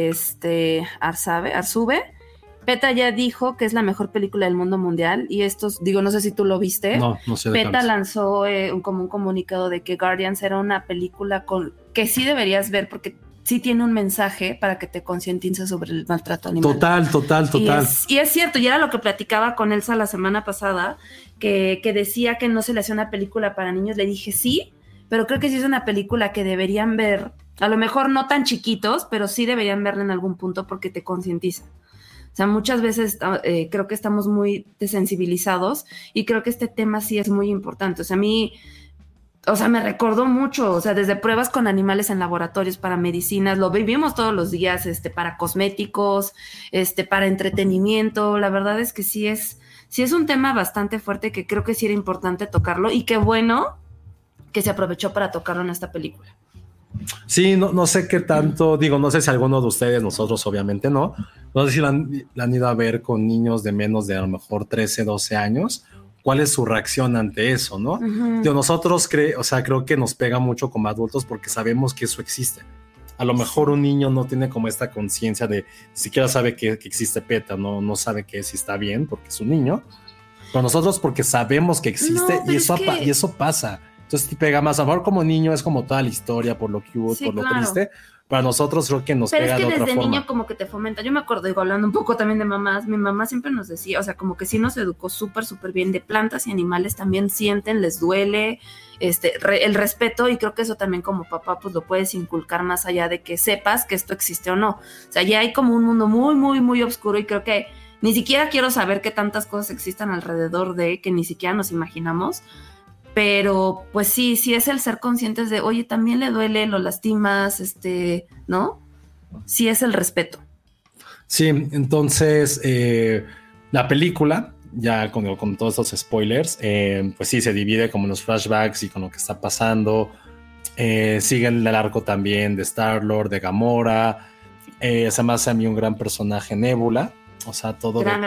Arzube. PETA ya dijo que es la mejor película del mundo mundial, y no sé si tú lo viste. No sé. PETA lanzó como un comunicado de que Guardians era una película que sí deberías ver porque sí tiene un mensaje para que te concientices sobre el maltrato animal. Total. Y es cierto, y era lo que platicaba con Elsa la semana pasada, que decía que no se le hacía una película para niños. Le dije sí, pero creo que sí es una película que deberían ver, a lo mejor no tan chiquitos, pero sí deberían verla en algún punto porque te concientiza. O sea, muchas veces creo que estamos muy desensibilizados y creo que este tema sí es muy importante. O sea, a mí... me recordó mucho, desde pruebas con animales en laboratorios para medicinas, lo vivimos todos los días, para cosméticos, para entretenimiento. La verdad es que sí es un tema bastante fuerte que creo que sí era importante tocarlo, y qué bueno que se aprovechó para tocarlo en esta película. Sí, no sé qué tanto, digo, no sé si alguno de ustedes, nosotros obviamente no sé si la han ido a ver con niños de menos de a lo mejor 13, 12 años, cuál es su reacción ante eso, ¿no? Digo, nosotros creo que nos pega mucho como adultos porque sabemos que eso existe. A lo mejor un niño no tiene como esta conciencia de, ni siquiera sabe que existe PETA, no sabe que si está bien porque es un niño, pero nosotros porque sabemos que existe y eso pasa. Entonces te pega más. A lo mejor como niño es como toda la historia por lo cute, por lo triste. Para nosotros creo que nos pega de otra forma. Pero es que desde niño como que te fomenta. Yo me acuerdo, digo, hablando un poco también de mamás, mi mamá siempre nos decía, o sea, como que sí nos educó súper bien de plantas y animales, también sienten, les duele, el respeto, y creo que eso también como papá pues lo puedes inculcar más allá de que sepas que esto existe o no. O sea, ya hay como un mundo muy, muy, muy oscuro y creo que ni siquiera quiero saber qué tantas cosas existan alrededor de que ni siquiera nos imaginamos. Pero pues sí es el ser conscientes de, oye, también le duele, lo lastimas, ¿no? Sí es el respeto. Sí, entonces la película, ya con todos estos spoilers, pues sí, se divide como en los flashbacks y con lo que está pasando. Siguen el arco también de Star-Lord, de Gamora. Se me hace a mí un gran personaje Nebula. O sea, todo de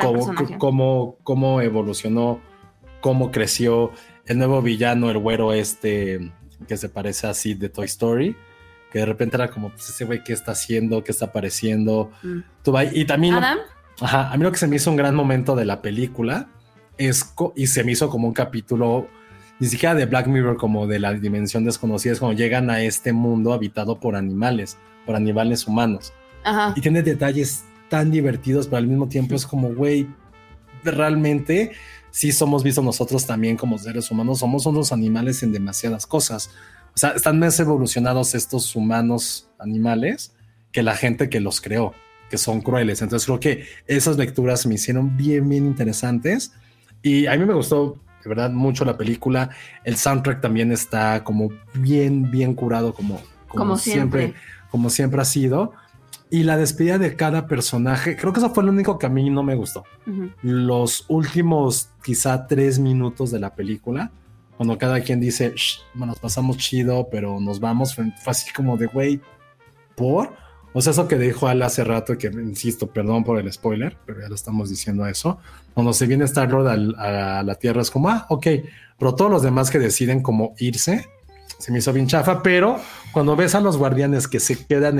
cómo evolucionó, cómo creció. El nuevo villano, el güero que se parece así de Toy Story, que de repente era como, pues ese güey, ¿qué está haciendo? ¿Qué está apareciendo? Y también ¿Adam? A mí lo que se me hizo un gran momento de la película y se me hizo como un capítulo, ni siquiera de Black Mirror, como de la dimensión desconocida, es cuando llegan a este mundo habitado por animales humanos. Ajá. Y tiene detalles tan divertidos, pero al mismo tiempo es como, güey, realmente sí somos vistos nosotros también como seres humanos, somos unos animales en demasiadas cosas. O sea, están más evolucionados estos humanos animales que la gente que los creó, que son crueles. Entonces creo que esas lecturas me hicieron bien, bien interesantes. Y a mí me gustó, de verdad, mucho la película. El soundtrack también está como bien, bien curado, como siempre ha sido. Y la despedida de cada personaje, creo que eso fue lo único que a mí no me gustó. Uh-huh. Los últimos quizá 3 minutos de la película, cuando cada quien dice, nos pasamos chido, pero nos vamos, fue así como de, güey, ¿por? O sea, eso que dijo Al hace rato, que insisto, perdón por el spoiler, pero ya lo estamos diciendo eso. Cuando se viene Star-Lord a la Tierra es como, ok, pero todos los demás que deciden como irse, se me hizo bien chafa, pero cuando ves a los guardianes que se quedan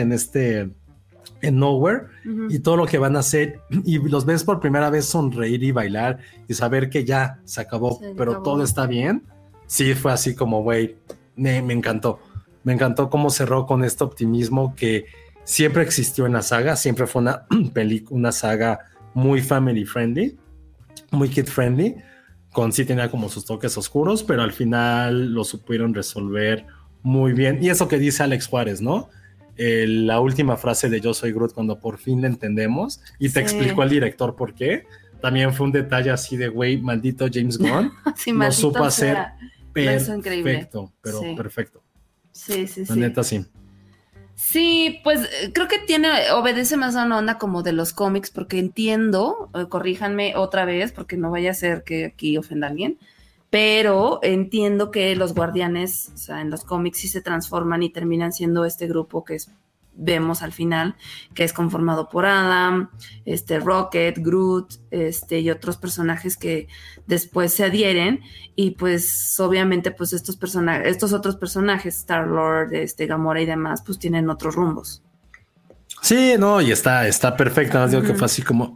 en Nowhere, uh-huh, y todo lo que van a hacer y los ves por primera vez sonreír y bailar y saber que ya se acabó, todo está bien, sí fue así como, güey, me encantó cómo cerró con este optimismo que siempre existió en la saga, siempre fue una saga muy family friendly, muy kid friendly, sí tenía como sus toques oscuros, pero al final lo supieron resolver muy bien. Y eso que dice Alex Juárez, ¿no? La última frase de Yo soy Groot, cuando por fin la entendemos y te explicó el director por qué, también fue un detalle así de, güey, maldito James Gunn, sí, no supo hacer perfecto, pero sí, perfecto. Sí. La neta, sí. Sí, pues creo que obedece más a una onda como de los cómics, porque entiendo, corríjanme otra vez, porque no vaya a ser que aquí ofenda a alguien, pero entiendo que los guardianes, o sea, en los cómics sí se transforman y terminan siendo este grupo que vemos al final, que es conformado por Adam, Rocket, Groot, y otros personajes que después se adhieren, y pues obviamente pues estos otros personajes, Star-Lord, Gamora y demás, pues tienen otros rumbos. Sí, no, y está perfecto, más digo que fue así como...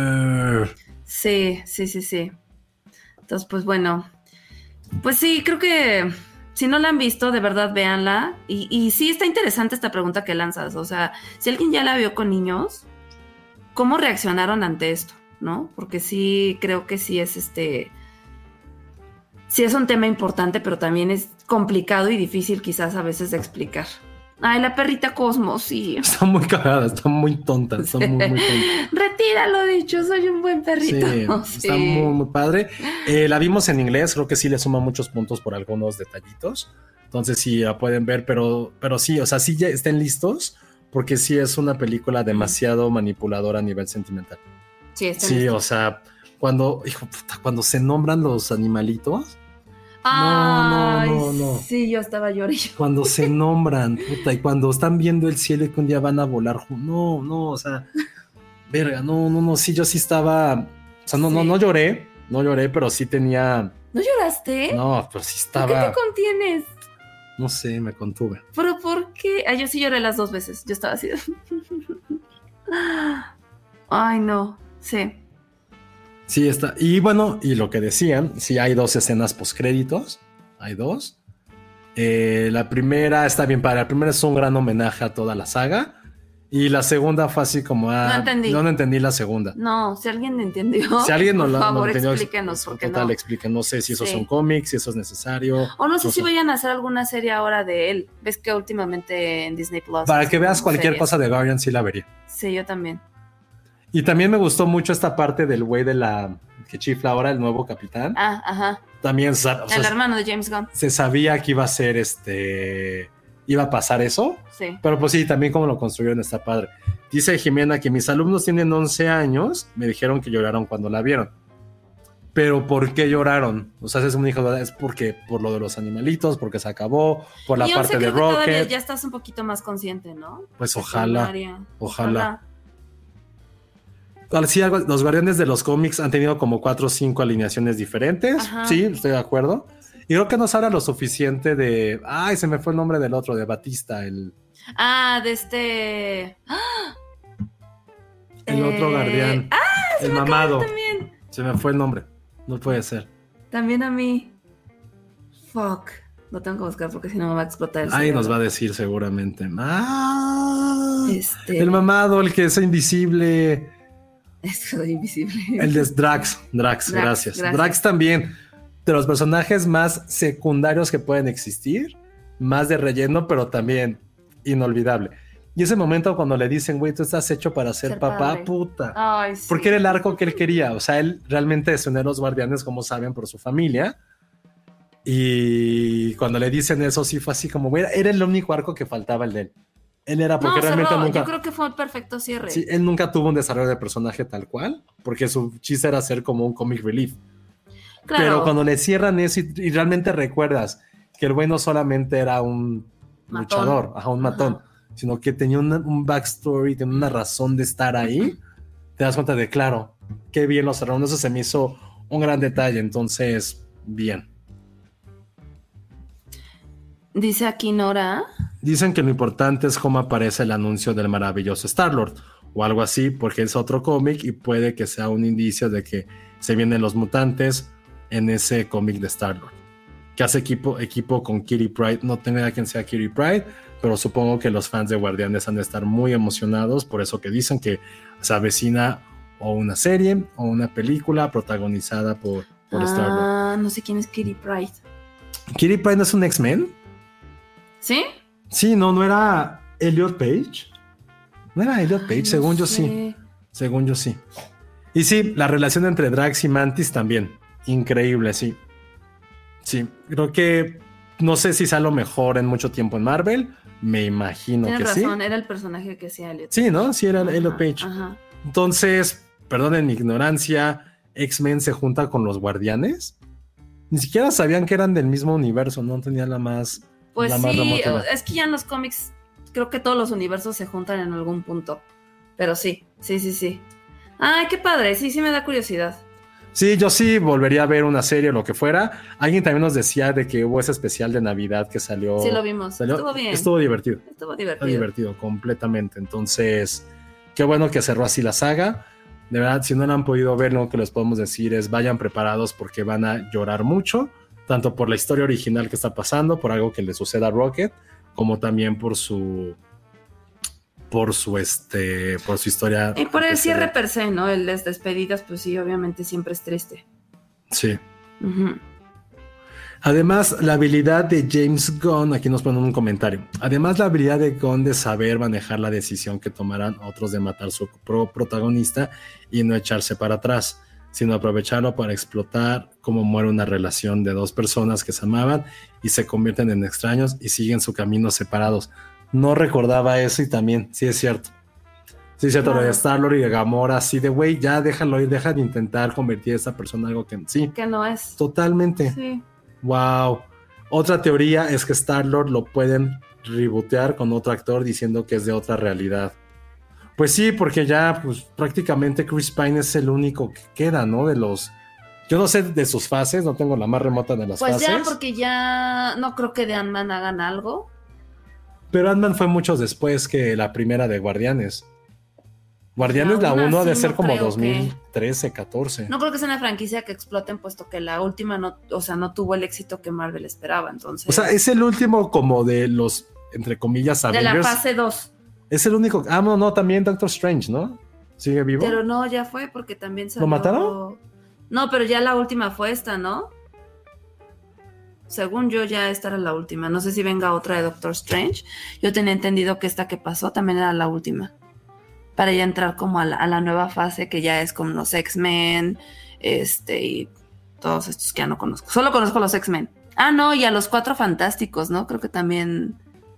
Sí. Entonces, pues bueno, pues sí, creo que si no la han visto, de verdad véanla. Y sí está interesante esta pregunta que lanzas. O sea, si alguien ya la vio con niños, ¿cómo reaccionaron ante esto? ¿No? Porque sí, creo que sí es sí es un tema importante, pero también es complicado y difícil quizás a veces de explicar. Ay, la perrita Cosmos, sí. Está muy cagada, está muy tonta, está muy tonta. Retíralo, dicho, soy un buen perrito. Sí. Está muy, muy padre. La vimos en inglés, creo que sí le suma muchos puntos por algunos detallitos. Entonces sí la pueden ver, pero sí, o sea, sí ya estén listos, porque sí es una película demasiado manipuladora a nivel sentimental. Sí, o sea, cuando se nombran los animalitos. Ay, no. sí, yo estaba llorando. Cuando se nombran, puta, y cuando están viendo el cielo y que un día van a volar. No, o sea, verga, no, sí, yo sí estaba. O sea, no lloré, pero sí tenía. ¿No lloraste? No, pero sí ¿Por qué estaba. te contienes? No sé, me contuve. ¿Pero por qué? Yo sí lloré las 2 veces. Yo estaba así. Ay, no. Sí. Sí, está. Y bueno, y lo que decían, sí hay 2 escenas postcréditos. Hay 2. La primera está bien padre. La primera es un gran homenaje a toda la saga. Y la segunda fue así como... No entendí. No entendí la segunda. No, si alguien entendió. Si alguien no por lo favor, entendió, explíquenos. Porque total, no. expliquen. No sé si esos Sí. son cómics, si eso es necesario. O no sé si vayan a hacer alguna serie ahora de él. Ves que últimamente en Disney Plus. Para que veas como cualquier series. cosa de Guardian, sí la vería. Sí, yo también. Y también me gustó mucho esta parte del güey de la... que chifla ahora, el nuevo capitán. Ajá. También, El hermano de James Gunn. se sabía que iba a ser iba a pasar eso. Sí. Pero pues sí, también como lo construyeron está padre. Dice Jimena que mis alumnos tienen 11 años, me dijeron que lloraron cuando la vieron. Pero ¿por qué lloraron? O sea, es un hijo de... Es porque por lo de los animalitos, porque se acabó, por la y parte de creo que todavía Rocket. ya estás un poquito más consciente, ¿no? Pues De ojalá. primaria. Ojalá. Sí, los Guardianes de los cómics han tenido como 4 o 5 alineaciones diferentes. Ajá. Sí, estoy de acuerdo. Y creo que nos habla lo suficiente de... Ay, se me fue el nombre del otro, de Batista, el De este... el otro guardián. Se el me acaba mamado. también. Se me fue el nombre. No puede ser. También a mí. Fuck. Lo tengo que buscar porque si no me va a explotar el Ahí cerebro. nos va a decir seguramente. Este- El mamado, el que es invisible. Soy invisible. El de Drax, gracias. gracias. Drax también, de los personajes más secundarios que pueden existir, más de relleno, pero también inolvidable. Y ese momento cuando le dicen, güey, tú estás hecho para ser papá, padre. puta. Ay, sí. Porque era el arco que él quería. O sea, él realmente se unió a los Guardianes, como saben, por su familia. Y cuando le dicen eso, sí fue así como, güey, era el único arco que faltaba el de él. Él era porque No, realmente cerró. nunca... Yo creo que fue el perfecto cierre. Sí, él nunca tuvo un desarrollo de personaje tal cual, porque su chiste era ser como un comic relief. Claro. Pero cuando le cierran eso y realmente recuerdas que el güey no solamente era un Matón. luchador, un matón, sino que tenía un backstory, tenía una razón de estar ahí, te das cuenta de, claro, qué bien lo cerraron. Eso se me hizo un gran detalle, entonces, bien. Dice aquí Nora. Dicen que lo importante es cómo aparece el anuncio del maravilloso Star-Lord o algo así, porque es otro cómic y puede que sea un indicio de que se vienen los mutantes en ese cómic de Star-Lord. Que hace equipo con Kitty Pryde. No tengo idea quién sea Kitty Pryde, pero supongo que los fans de Guardianes han de estar muy emocionados, por eso que dicen que se avecina o una serie o una película protagonizada por Star-Lord. No sé quién es Kitty Pryde. ¿Kitty Pryde no es un X-Men? ¿Sí? Sí, no era Elliot Page. No era Elliot Page, según yo sí. Según yo sí. Y sí, la relación entre Drax y Mantis también. Increíble, sí. Sí, creo que no sé si sea lo mejor en mucho tiempo en Marvel. Me imagino Tienes que razón, sí. era el personaje que hacía Elliot. Sí, ¿no? Sí, era Elliot Page. Ajá. Entonces, perdonen mi ignorancia, X-Men se junta con los Guardianes. Ni siquiera sabían que eran del mismo universo, no tenía la más... Pues la más sí, remota idea. es que ya en los cómics creo que todos los universos se juntan en algún punto. Pero sí. Ay, qué padre, sí me da curiosidad. Sí, yo sí volvería a ver una serie o lo que fuera. Alguien también nos decía de que hubo ese especial de Navidad que salió. Sí, lo vimos. Estuvo bien. Estuvo divertido. Estuvo Está divertido. divertido, completamente. Entonces, qué bueno que cerró así la saga. De verdad, si no la han podido ver, lo que les podemos decir es vayan preparados porque van a llorar mucho, tanto por la historia original que está pasando, por algo que le suceda a Rocket, como también por su historia. Y por el cierre per se, ¿no? El de las despedidas, pues sí, obviamente siempre es triste. Sí. Ujú. Además, la habilidad de James Gunn, aquí nos ponen un comentario. Además, la habilidad de Gunn de saber manejar la decisión que tomarán otros de matar su protagonista y no echarse para atrás, sino aprovecharlo para explotar cómo muere una relación de 2 personas que se amaban y se convierten en extraños y siguen su camino separados. No recordaba eso y también, sí es cierto. Sí es cierto, Claro. lo de Star-Lord y de Gamora, así de güey, ya déjalo ir, deja de intentar convertir a esa persona en algo que sí, Que no es. totalmente. Sí. Wow. Otra teoría es que Star-Lord lo pueden rebootear con otro actor diciendo que es de otra realidad. Pues sí, porque ya pues prácticamente Chris Pine es el único que queda, ¿no? De los... Yo no sé de sus fases, no tengo la más remota de las Pues fases. ya, porque ya no creo que de Ant-Man hagan algo. Pero Ant-Man fue mucho después que la primera de Guardianes. Guardianes la Aún 1 ha de así, ser no como creo 2013, 14. No creo que sea una franquicia que exploten, puesto que la última no, o sea, no tuvo el éxito que Marvel esperaba, entonces. O sea, es el último como de los, entre comillas, de Avengers. la fase 2. Es el único. Ah, no, también Doctor Strange, ¿no? ¿Sigue vivo? Pero no, ya fue, porque también salió... ¿Lo mataron? No, pero ya la última fue esta, ¿no? Según yo, ya esta era la última. No sé si venga otra de Doctor Strange. Yo tenía entendido que esta que pasó también era la última. Para ya entrar como a la nueva fase, que ya es con los X-Men, y todos estos que ya no conozco. Solo conozco a los X-Men. Ah, no, y a los Cuatro Fantásticos, ¿no? Creo que también...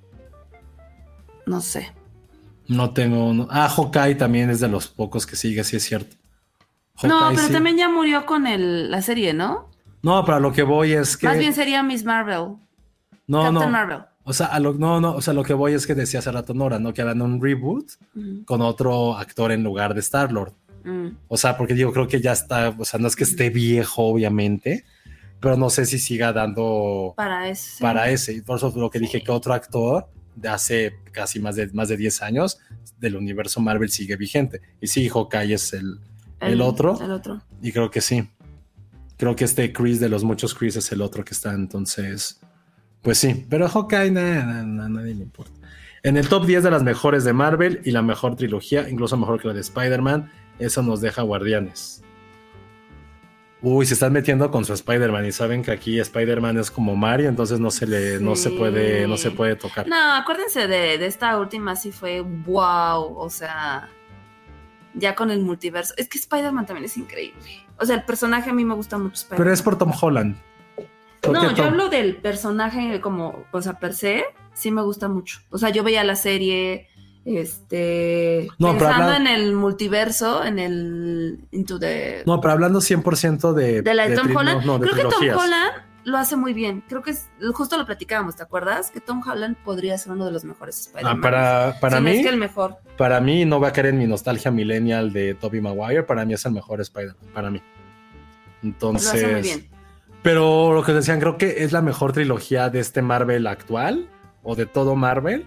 No sé. No tengo. No. Ah, Hawkeye también es de los pocos que sigue, sí es cierto. No, Hawkeye, pero sí. también ya murió con la serie, ¿no? No, para lo que voy es que. Más bien sería Miss Marvel. No, Captain no. Marvel. O sea, o sea, lo que voy es que decía hace rato Nora, ¿no? Que hagan un reboot con otro actor en lugar de Star-Lord. O sea, porque digo, creo que ya está, o sea, no es que esté viejo, obviamente, pero no sé si siga dando Para ese. para ese. Y por eso lo que dije, que otro actor de hace casi más de 10 años del universo Marvel sigue vigente. Y sí, Hawkeye es el otro. El otro. Y creo que sí. Creo que este Chris, de los muchos Chris, es el otro que está, entonces... Pues sí, pero Hawkeye nadie le importa. En el top 10 de las mejores de Marvel y la mejor trilogía, incluso mejor que la de Spider-Man, eso nos deja Guardianes. Uy, se están metiendo con su Spider-Man y saben que aquí Spider-Man es como Mario, entonces no se puede tocar. No, acuérdense de esta última, sí fue wow, o sea, ya con el multiverso. Es que Spider-Man también es increíble. O sea, el personaje a mí me gusta mucho Spider-Man. Pero es por Tom Holland. No, yo hablo del personaje como, o sea, per se, sí me gusta mucho. O sea, yo veía la serie, pensando en el multiverso, en el Into the... No, pero hablando 100% de la de Tom Holland. No, de creo trilogías. que Tom Holland lo hace muy bien. Creo que justo lo platicábamos, ¿te acuerdas? Que Tom Holland podría ser uno de los mejores Spider-Man. Para si mí, no es que el mejor. Para mí, no va a caer en mi nostalgia millennial de Tobey Maguire. Para mí es el mejor Spider-Man. Para mí. Entonces... Lo hace muy bien. Pero lo que decían, creo que es la mejor trilogía de este Marvel actual o de todo Marvel.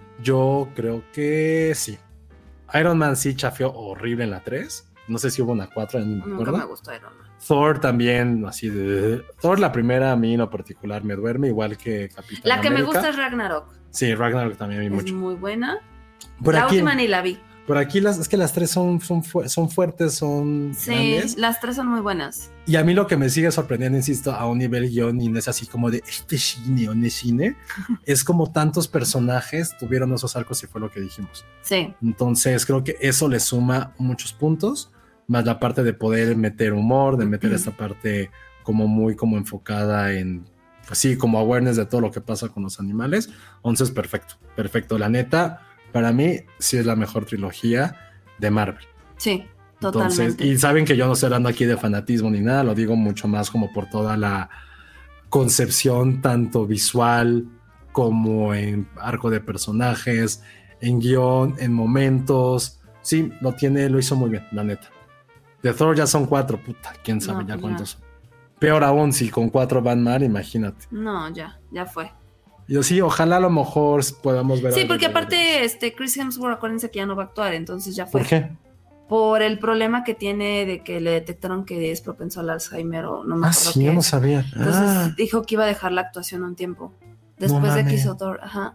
Yo creo que sí. Iron Man sí chafeó horrible en la 3. No sé si hubo una 4, ni me acuerdo. Nunca me gustó Iron Man. Thor también, así de... Thor, la primera, a mí en lo particular me duerme, igual que Capitán La que América. me gusta es Ragnarok. Sí, Ragnarok también a mí Es mucho. muy buena. Por La aquí, última ni la vi. por aquí es que las tres son fuertes, son Sí, grandes. las tres son muy buenas. Y a mí lo que me sigue sorprendiendo, insisto, a un nivel guión, y no es así como de este cine o no es cine, es como tantos personajes tuvieron esos arcos y fue lo que dijimos. Sí. Entonces creo que eso le suma muchos puntos, más la parte de poder meter humor, de meter esta parte como muy como enfocada en, pues sí, como awareness de todo lo que pasa con los animales. Entonces perfecto. La neta, para mí sí es la mejor trilogía de Marvel. Sí, Entonces, totalmente. y saben que yo no estoy hablando aquí de fanatismo ni nada, lo digo mucho más como por toda la concepción tanto visual como en arco de personajes, en guión, en momentos. Sí, lo hizo muy bien, la neta. De Thor ya son 4, puta, quién sabe No, ya pues cuántos son. Peor aún, si con 4 van mal, imagínate. No, ya fue. Yo sí, ojalá a lo mejor podamos ver Sí, algo porque de aparte Chris Hemsworth, acuérdense que ya no va a actuar, entonces ya fue. ¿Por qué? Por el problema que tiene de que le detectaron que es propenso al Alzheimer o no me acuerdo Sí, qué yo no es. sabía. Entonces dijo que iba a dejar la actuación un tiempo. Después de que mames. hizo Thor, ajá.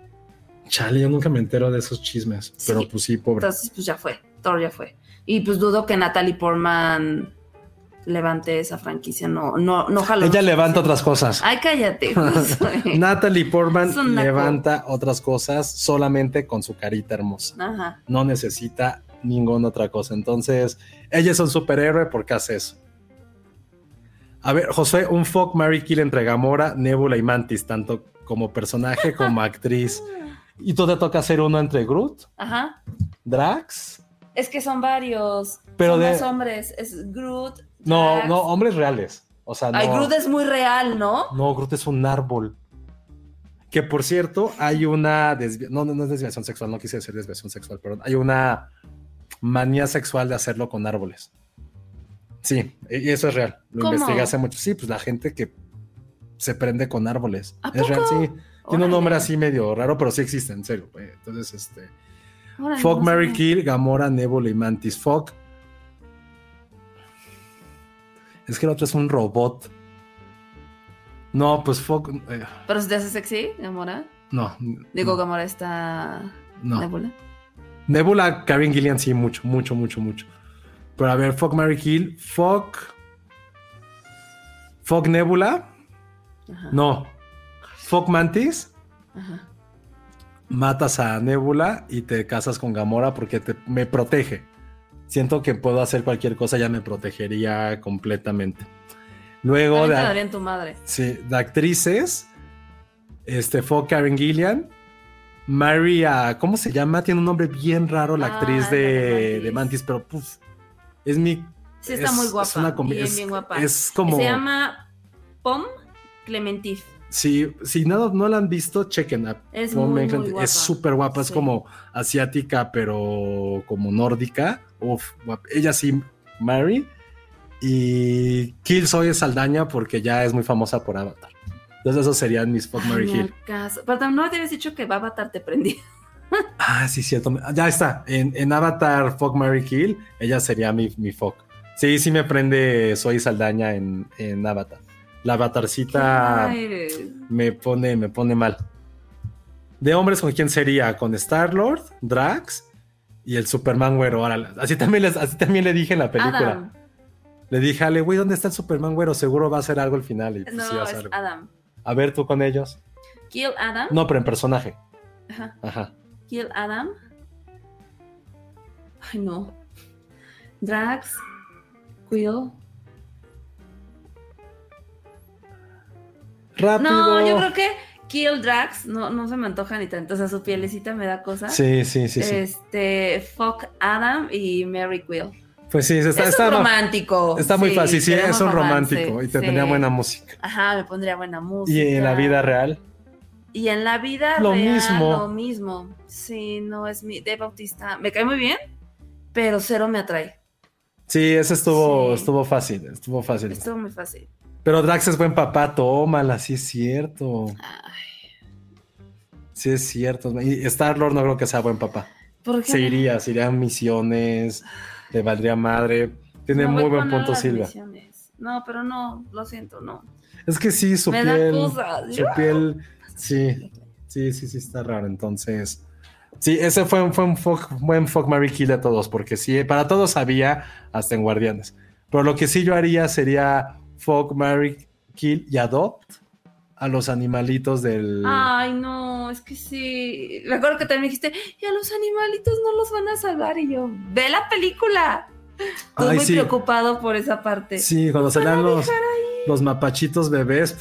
Chale, yo nunca me entero de esos chismes. Sí. Pero pues sí, pobre. Entonces, pues ya fue. Thor ya fue. Y pues dudo que Natalie Portman levante esa franquicia. No jaló. Ella levanta otras cosas. Ay, cállate. Josué. Natalie Portman Es un naco. levanta otras cosas solamente con su carita hermosa. Ajá. No necesita ninguna otra cosa. Entonces, ella es un superhéroe porque hace eso. A ver, Josué, un fuck, marry, kill entre Gamora, Nebula y Mantis, tanto como personaje como actriz. ¿Y tú te toca hacer uno entre Groot, Ajá. Drax? Es que son varios. Pero son de- más hombres. Es Groot. No, Drax. hombres reales. O sea, no. Ay, Groot es muy real, ¿no? No, Groot es un árbol. Que por cierto, hay una no es desviación sexual, no quise decir desviación sexual, perdón. Hay una manía sexual de hacerlo con árboles. Sí, y eso es real. Lo ¿Cómo? investigué hace mucho. Sí, pues la gente que se prende con árboles. ¿A Es poco? real, sí. Tiene Órale. un nombre así medio raro, pero sí existe, en serio. Entonces, Órale, Fog, no Mary, sabía. Kill, Gamora, Nebula y Mantis. Fog. Es que el otro es un robot. No, pues Fog. ¿Pero se te hace sexy, Gamora? No. Digo, no, Gamora está... No. Nebula. Nebula, Karen Gillian, sí, mucho. Pero a ver, Fog, Mary, Kill. Fog Nebula. Ajá. No. Fog Mantis. Ajá. Matas a Nebula y te casas con Gamora porque me protege. Siento que puedo hacer cualquier cosa, ya me protegería completamente. Luego También te darían tu madre. sí, de actrices, fue Karen Gillian, Maria, ¿cómo se llama? Tiene un nombre bien raro la actriz de Mantis, pero puf, es mi... Sí, está muy guapa. Es una bien guapa. Es como... Se llama Pom Clementif. Sí, si no la han visto, chequen. Es muy guapa. Es súper guapa, es Sí. como asiática, pero como nórdica. Uf, guapa. Ella sí, Mary. Y Kill Zoe Saldaña porque ya es muy famosa por Avatar. Entonces esos serían mis Fuck, Mary, Kill. Pero no te habías dicho que Avatar te prendía. Ah, sí, cierto. Ya está. En Avatar Fuck, Mary, Kill, ella sería mi Fuck. Sí me prende Zoe Saldaña en Avatar. La Avatarcita me pone mal. De hombres, ¿con quién sería? Con Star-Lord, Drax y el Superman güero. Órale. Así también le dije en la película. Adam. Le dije, Ale, güey, ¿dónde está el Superman güero? Seguro va a hacer algo al final. Y pues sí va a No, hacer es algo. Adam. A ver, tú con ellos. Kill Adam. No, pero en personaje. Ajá. Ajá. Kill Adam. Ay, no. Drax. Quill. Rápido. No, yo creo que Kill Drax no se me antoja ni tanto. O sea, su pielecita me da cosa. Sí. Fuck Adam y Mary Quill. Pues sí, Es un romántico. Está muy fácil, sí, queremos es un romance, romántico y te sí. tenía buena música. Ajá, me pondría buena música. Y en la vida real. Y en la vida Lo real, mismo. lo mismo. Sí, no es mi... Dave Bautista me cae muy bien, pero cero me atrae. Sí, ese estuvo Sí. fácil. Estuvo fácil. Estuvo muy fácil. Pero Drax es buen papá, tómala, sí es cierto. Ay, Sí es cierto. Y Star-Lord no creo que sea buen papá. ¿por qué Se no? iría a misiones, le valdría madre. Tiene No muy voy buen con punto las Silva. misiones. No, pero no, lo siento, no. Es que sí, su Me da piel. cosa. Su piel, sí está raro. Entonces, sí, ese fue un buen fuck, marry, kill de todos, porque sí, para todos había, hasta en Guardianes. Pero lo que sí yo haría sería fuck, marry, kill y adopt a los animalitos del... Ay, no, es que sí. Me acuerdo que también me dijiste, y a los animalitos no los van a salvar. Y yo, ve la película. Estoy Ay, muy sí. preocupado por esa parte. Sí, cuando se dan los mapachitos bebés.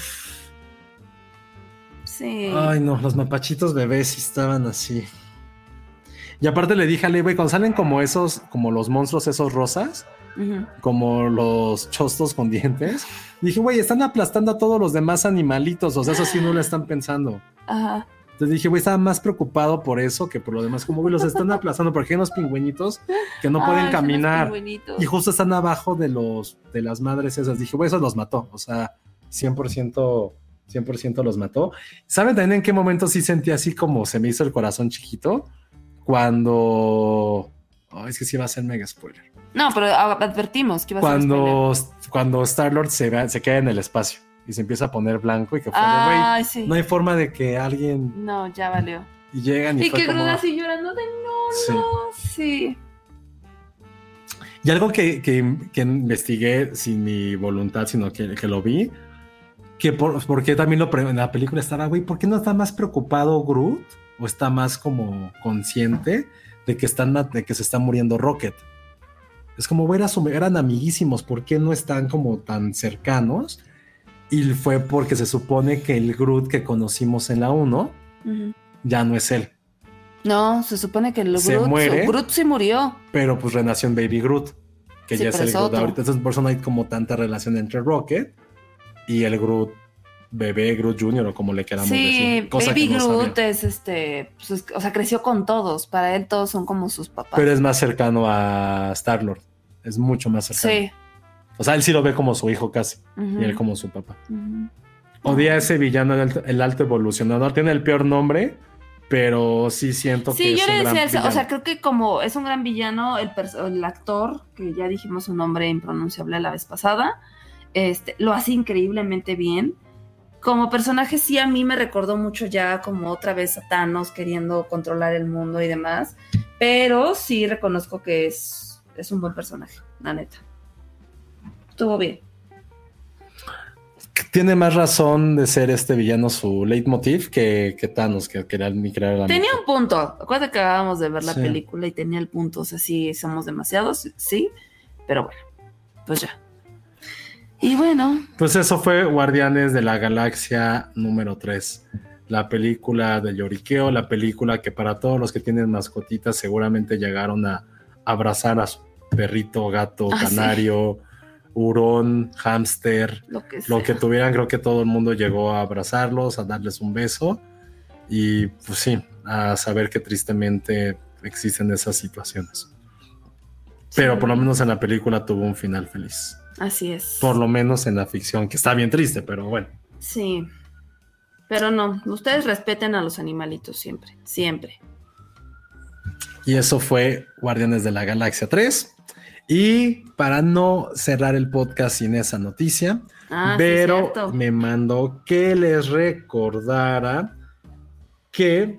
Sí. Ay, no, los mapachitos bebés sí estaban así. Y aparte le dije a Ley, güey, cuando salen como los monstruos esos rosas, Ujú. como los chostos con dientes, dije, güey, están aplastando a todos los demás animalitos, o sea, eso sí no lo están pensando. Ajá. Entonces dije, güey, estaba más preocupado por eso que por lo demás, como, güey, los están aplastando, porque hay unos pingüinitos que no pueden Ay, son los caminar. pingüinitos. Y justo están abajo de las madres esas. Dije, güey, eso los mató. O sea, 100% los mató. ¿Saben también en qué momento sí sentí así como se me hizo el corazón chiquito? Cuando... Oh, es que sí va a ser mega spoiler. No, pero advertimos que iba a ser spoiler. Cuando Star-Lord se queda en el espacio y se empieza a poner blanco y que fue de, güey, Ay, sí. no hay forma de que alguien... No, ya valió. Y llegan y Y fue que como... Groot así llorando de Sí. sí. Y algo que investigué sin mi voluntad, sino que lo vi, porque también en la película estaba, güey, ¿por qué no está más preocupado Groot? ¿O está más como consciente de que se está muriendo Rocket? Es como, güey, eran amiguísimos, ¿por qué no están como tan cercanos? Y fue porque se supone que el Groot que conocimos en la 1 Ujú. ya no es él. No, se supone que el Se muere. Groot se murió. Pero pues renació en Baby Groot, que Sí, ya es pero el es Groot otro. ahorita. Entonces por eso no hay como tanta relación entre Rocket y el Groot bebé, Groot Jr. o como le queramos decir. Sí, Baby Groot es pues, o sea, creció con todos. Para él todos son como sus papás. Pero es más cercano a Star-Lord. Es mucho más cercano. Sí. O sea, él sí lo ve como su hijo casi. Y él como su papá. Odia a ese villano, el alto evolucionador. Tiene el peor nombre, pero sí siento que es un gran villano. Sí, yo le decía, o sea, creo que como es un gran villano, el actor, que ya dijimos su nombre impronunciable la vez pasada, lo hace increíblemente bien. Como personaje sí a mí me recordó mucho ya como otra vez a Thanos queriendo controlar el mundo y demás, pero sí reconozco que es un buen personaje, la neta. Estuvo bien. Tiene más razón de ser este villano su leitmotiv que Thanos, que era la tenía un punto. Acuérdate que acabábamos de ver la película y tenía el punto. O sea, sí, somos demasiados, sí, pero bueno, pues ya. Y bueno. Pues eso fue Guardianes de la Galaxia número 3. La película de lloriqueo, la película que para todos los que tienen mascotitas seguramente llegaron a abrazar a su perrito, gato, canario, hurón, hámster, lo que tuvieran. Creo que todo el mundo llegó a abrazarlos, a darles un beso y pues sí, a saber que tristemente existen esas situaciones. Pero por lo menos en la película tuvo un final feliz. Así es. Por lo menos en la ficción, que está bien triste, pero bueno. Sí. Pero no, ustedes respeten a los animalitos siempre, siempre. Y eso fue Guardianes de la Galaxia 3. Y para no cerrar el podcast sin esa noticia, pero sí, me mandó que les recordara que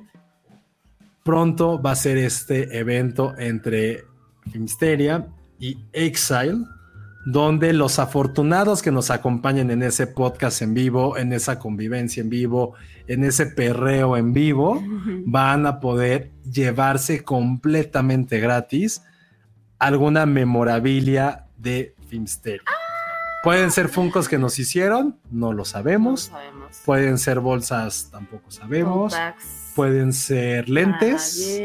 pronto va a ser este evento entre Filmsteria y Exile, donde los afortunados que nos acompañen en ese podcast en vivo, en esa convivencia en vivo, en ese perreo en vivo, van a poder llevarse completamente gratis alguna memorabilia de Filmsteria. Pueden ser Funkos que nos hicieron, no lo sabemos. No sabemos. Pueden ser bolsas, tampoco sabemos. Pueden ser lentes,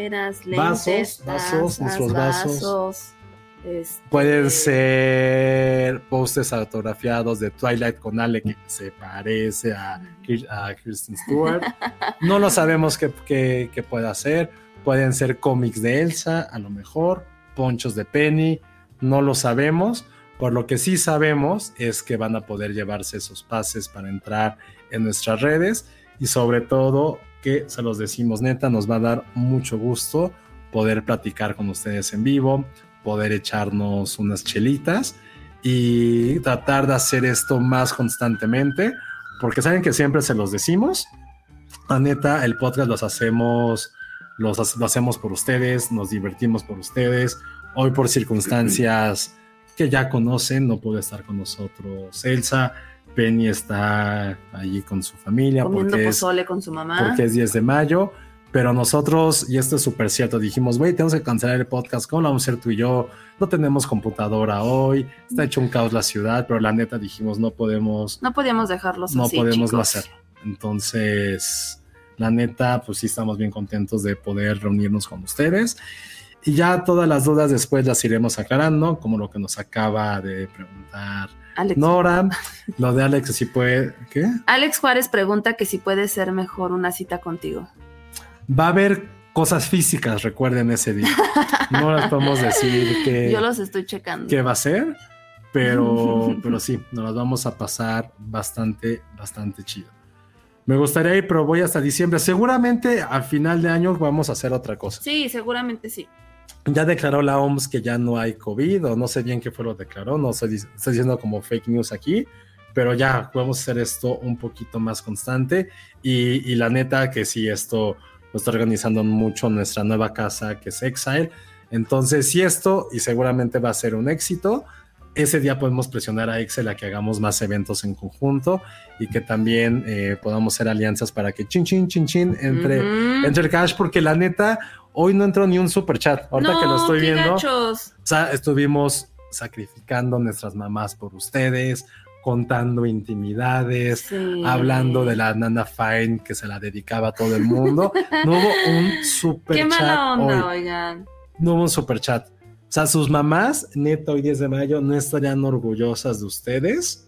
vasos, nuestros vasos. Pueden ser pósters autografiados de Twilight con Ale que se parece a Kristen Stewart. No lo sabemos qué puede hacer. Pueden ser cómics de Elsa, a lo mejor, ponchos de Penny, no lo sabemos. Por lo que sí sabemos es que van a poder llevarse esos pases para entrar en nuestras redes y sobre todo que se los decimos neta, nos va a dar mucho gusto poder platicar con ustedes en vivo, poder echarnos unas chelitas y tratar de hacer esto más constantemente, porque saben que siempre se los decimos. La neta, el podcast lo hacemos por ustedes, nos divertimos por ustedes. Hoy por circunstancias que ya conocen, no puede estar con nosotros Elsa. Penny está allí con su familia comiendo pozole con su mamá porque es 10 de mayo. Pero nosotros, y esto es súper cierto, dijimos, güey, tenemos que cancelar el podcast, ¿cómo lo vamos a hacer tú y yo? No tenemos computadora hoy, está hecho un caos la ciudad, pero la neta dijimos, no podíamos dejarlos así, no podemos no hacerlo. Entonces, la neta, pues sí estamos bien contentos de poder reunirnos con ustedes. Y ya todas las dudas después las iremos aclarando, como lo que nos acaba de preguntar Alex. Nora, lo de Alex, si puede, ¿qué? Alex Juárez pregunta que si puede ser mejor una cita contigo. Va a haber cosas físicas, recuerden ese día. No les podemos decir que... Yo los estoy checando. ¿Qué va a ser? Pero sí, nos las vamos a pasar bastante chido. Me gustaría ir, pero voy hasta diciembre. Seguramente a final de año vamos a hacer otra cosa. Sí, seguramente sí. Ya declaró la OMS que ya no hay COVID, o no sé bien qué fue lo que declaró, no estoy diciendo como fake news aquí, pero ya podemos hacer esto un poquito más constante. Y la neta que sí, esto... lo está organizando mucho nuestra nueva casa que es Exile. Entonces, si esto, y seguramente va a ser un éxito, ese día podemos presionar a Excel a que hagamos más eventos en conjunto y que también podamos hacer alianzas para que chin entre el cash, porque la neta, hoy no entró ni un super chat. Ahorita que lo estoy viendo, o sea, estuvimos sacrificando nuestras mamás por ustedes, contando intimidades, sí, hablando de la Nana Fine que se la dedicaba a todo el mundo. No hubo un super chat. Qué mala onda, hoy. Oigan. No hubo un super chat. O sea, sus mamás, neta, hoy 10 de mayo, no estarían orgullosas de ustedes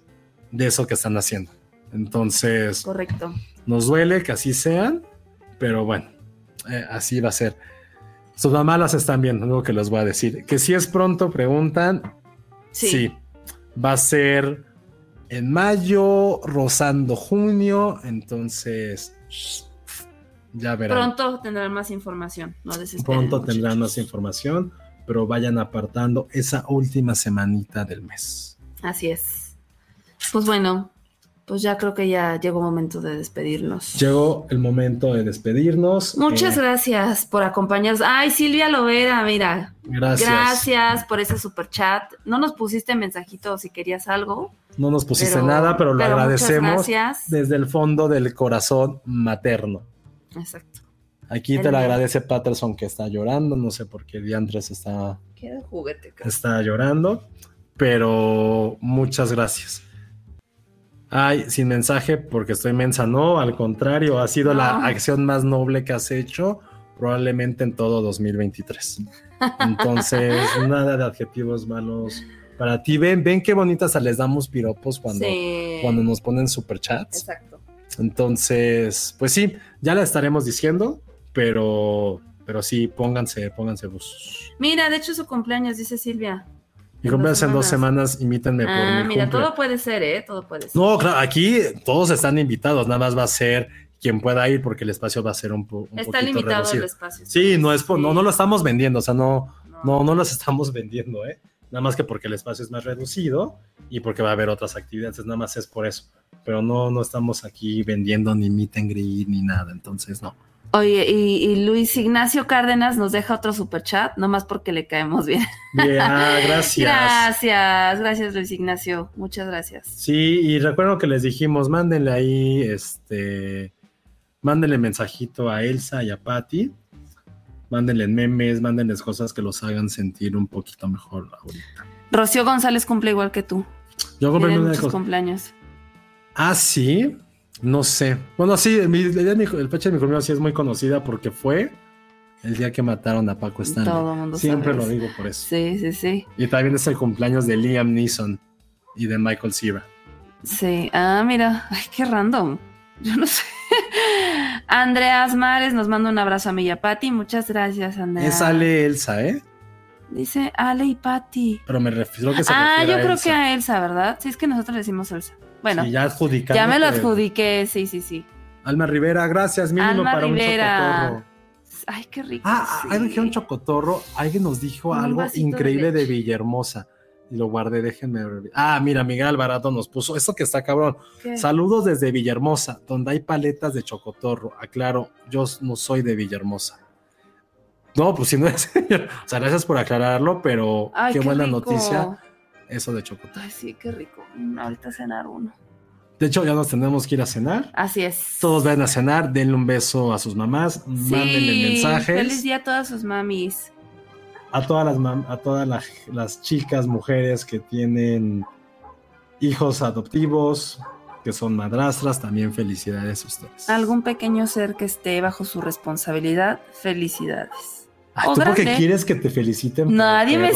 de eso que están haciendo. Entonces, Correcto. nos duele que así sean, pero bueno, así va a ser. Sus mamás las están viendo, algo que les voy a decir. Que si es pronto, preguntan. Sí. Va a ser en mayo, rozando junio, entonces ya verán. Pronto tendrán más información, no desesperen. Pronto tendrán más información, pero vayan apartando esa última semanita del mes. Así es. Pues bueno, pues ya creo que ya llegó el momento de despedirnos. Llegó el momento de despedirnos. Muchas gracias por acompañarnos. Ay, Silvia Lovera, mira. Gracias por ese super chat. No nos pusiste mensajito si querías algo. No nos pusiste nada, pero lo agradecemos gracias. Desde el fondo del corazón materno. Exacto. Aquí te lo agradece Patterson, que está llorando. No sé por qué Diantres está llorando, pero muchas gracias. Ay, sin mensaje porque estoy mensa. No, al contrario, ha sido la acción más noble que has hecho probablemente en todo 2023. Entonces, nada de adjetivos malos para ti. Ven qué bonitas les damos piropos cuando nos ponen superchats. Exacto. Entonces, pues sí, ya la estaremos diciendo, pero sí, pónganse bus. Mira, de hecho su cumpleaños, dice Silvia. Mi cumpleaños en 2 semanas, imítenme por mi mira, cumple. todo puede ser, todo puede ser. No, claro, aquí todos están invitados, nada más va a ser quien pueda ir porque el espacio va a ser un poquito está limitado reducido. el espacio. Sí, no lo estamos vendiendo, o sea, no los estamos vendiendo, nada más que porque el espacio es más reducido y porque va a haber otras actividades, nada más es por eso, pero no estamos aquí vendiendo ni meet and greet ni nada, entonces no. Oye, y Luis Ignacio Cárdenas nos deja otro superchat, nomás porque le caemos bien. Gracias. Gracias Luis Ignacio, muchas gracias. Sí, y recuerdo que les dijimos, mándenle ahí, mándenle mensajito a Elsa y a Patty, mándenle memes, mándenles cosas que los hagan sentir un poquito mejor ahorita. Rocío González cumple igual que tú. Yo compré muchos cumpleaños. Ah, sí. No sé. Bueno, sí, el fecha de mi cumpleaños sí es muy conocida porque fue el día que mataron a Paco Stanley. Todo el mundo siempre sabe lo digo por eso. Sí. Y también es el cumpleaños de Liam Neeson y de Michael Cera. Sí. Ah, mira. Ay, qué random. Yo no sé. Andreas Mares nos manda un abrazo a mí y a Pati. Muchas gracias, Andrea. Es Ale Elsa, Dice Ale y Pati. Pero me refiero que se refiere a Elsa. Yo creo que a Elsa, ¿verdad? Sí, es que nosotros le decimos Elsa. Bueno, sí, ya me lo adjudiqué, sí. Alma Rivera, gracias, mínimo Alma para Rivera. Un chocotorro. Ay, qué rico. Alguien dijo un chocotorro, alguien nos dijo algo increíble de Villahermosa. Y lo guardé, déjenme ver. Mira, Miguel Alvarado nos puso, esto que está cabrón. ¿Qué? Saludos desde Villahermosa, donde hay paletas de chocotorro. Aclaro, yo no soy de Villahermosa. No, pues si no es. O sea, gracias por aclararlo, pero qué buena rico. Noticia. Eso de chocotorro. Ay, sí, qué rico. Ahorita cenar uno. De hecho, ya nos tenemos que ir a cenar. Así es. Todos vayan a cenar, denle un beso a sus mamás, mándenle mensajes. Feliz día a todas sus mamis. A todas las chicas, mujeres que tienen hijos adoptivos, que son madrastras, también felicidades a ustedes. Algún pequeño ser que esté bajo su responsabilidad, felicidades. Ay, ¿tú porque quieres que te feliciten? Nadie me...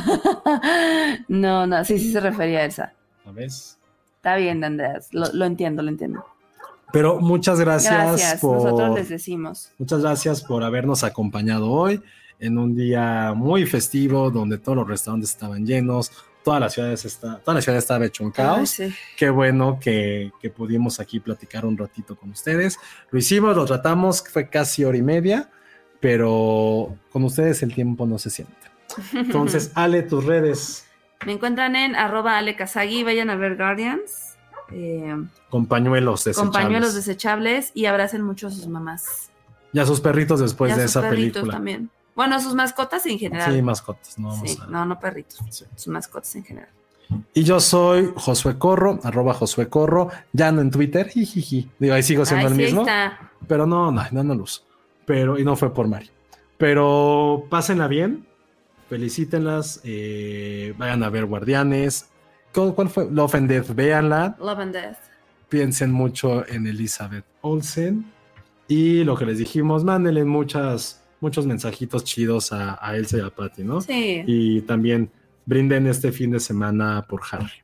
No, sí se refería a esa. ¿Sabes? Está bien, Andreas, lo entiendo. Pero muchas gracias nosotros les decimos. Muchas gracias por habernos acompañado hoy en un día muy festivo donde todos los restaurantes estaban llenos, toda la ciudad estaba hecho un caos. Ay, sí. Qué bueno que pudimos aquí platicar un ratito con ustedes. Lo hicimos, lo tratamos, fue casi hora y media, pero con ustedes el tiempo no se siente. Entonces, Ale, tus redes. Me encuentran en @AleKazagi, vayan a ver Guardians. Con pañuelos desechables y abracen mucho a sus mamás. Y a sus perritos después de esa película. También. Bueno, sus mascotas en general. Sí, mascotas. No perritos. Sí. Sus mascotas en general. Y yo soy Josué Corro, @Josué Corro, ya no en Twitter, jijiji. Digo, ahí sigo siendo el mismo. Está. Pero no luz. Y no fue por Mari. Pero pásenla bien, felicítenlas, vayan a ver Guardianes. ¿Cuál fue? Love and Death, véanla. Love and Death. Piensen mucho en Elizabeth Olsen. Y lo que les dijimos, mándenle muchos mensajitos chidos a Elsa y a Patty, ¿no? Sí. Y también brinden este fin de semana por Harry.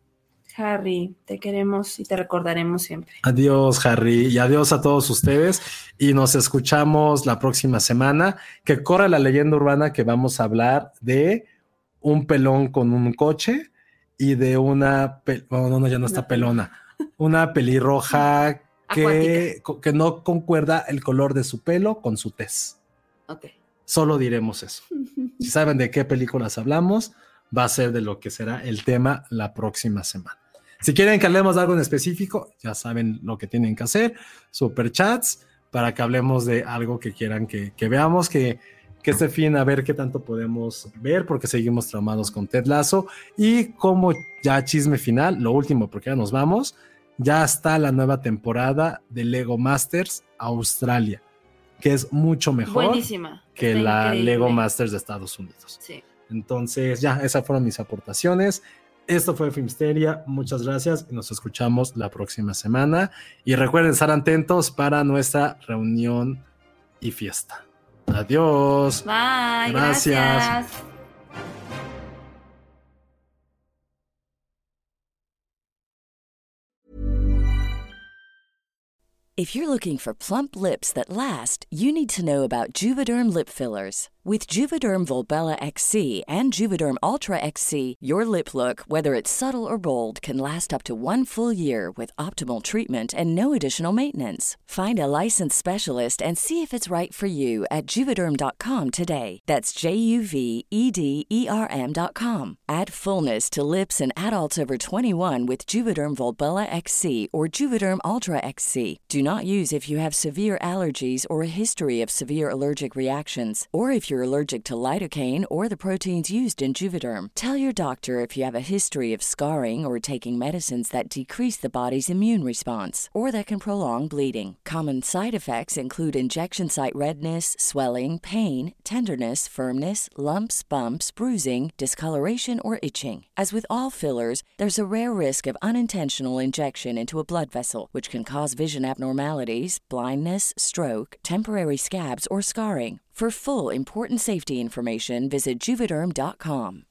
Harry, te queremos y te recordaremos siempre. Adiós, Harry, y adiós a todos ustedes. Y nos escuchamos la próxima semana. Que corra la leyenda urbana que vamos a hablar de un pelón con un coche y de una... no, ya no está pelona. Una pelirroja que no concuerda el color de su pelo con su tez. Ok. Solo diremos eso. Si saben de qué películas hablamos, va a ser de lo que será el tema la próxima semana. Si quieren que hablemos de algo en específico, ya saben lo que tienen que hacer. Superchats para que hablemos de algo que quieran que veamos, que este fin a ver qué tanto podemos ver, porque seguimos traumados con Ted Lasso. Y como ya chisme final, lo último, porque ya nos vamos, ya está la nueva temporada de Lego Masters Australia, que es mucho mejor Buenísima. que Está la increíble. Lego Masters de Estados Unidos. Sí. Entonces, ya, esas fueron mis aportaciones. Esto fue Filmsteria. Muchas gracias y nos escuchamos la próxima semana. Y recuerden estar atentos para nuestra reunión y fiesta. Adiós. Bye. Gracias. Gracias. If you're looking for plump lips that last, you need to know about Juvederm lip fillers. With Juvederm Volbella XC and Juvederm Ultra XC, your lip look, whether it's subtle or bold, can last up to 1 full year with optimal treatment and no additional maintenance. Find a licensed specialist and see if it's right for you at Juvederm.com today. That's JUVEDERM.com. Add fullness to lips in adults over 21 with Juvederm Volbella XC or Juvederm Ultra XC. Do not use if you have severe allergies or a history of severe allergic reactions, or if you're allergic to lidocaine or the proteins used in Juvederm. Tell your doctor if you have a history of scarring or taking medicines that decrease the body's immune response or that can prolong bleeding. Common side effects include injection site redness, swelling, pain, tenderness, firmness, lumps, bumps, bruising, discoloration, or itching. As with all fillers, there's a rare risk of unintentional injection into a blood vessel, which can cause vision abnormalities, blindness, stroke, temporary scabs, or scarring. For full important safety information, visit Juvederm.com.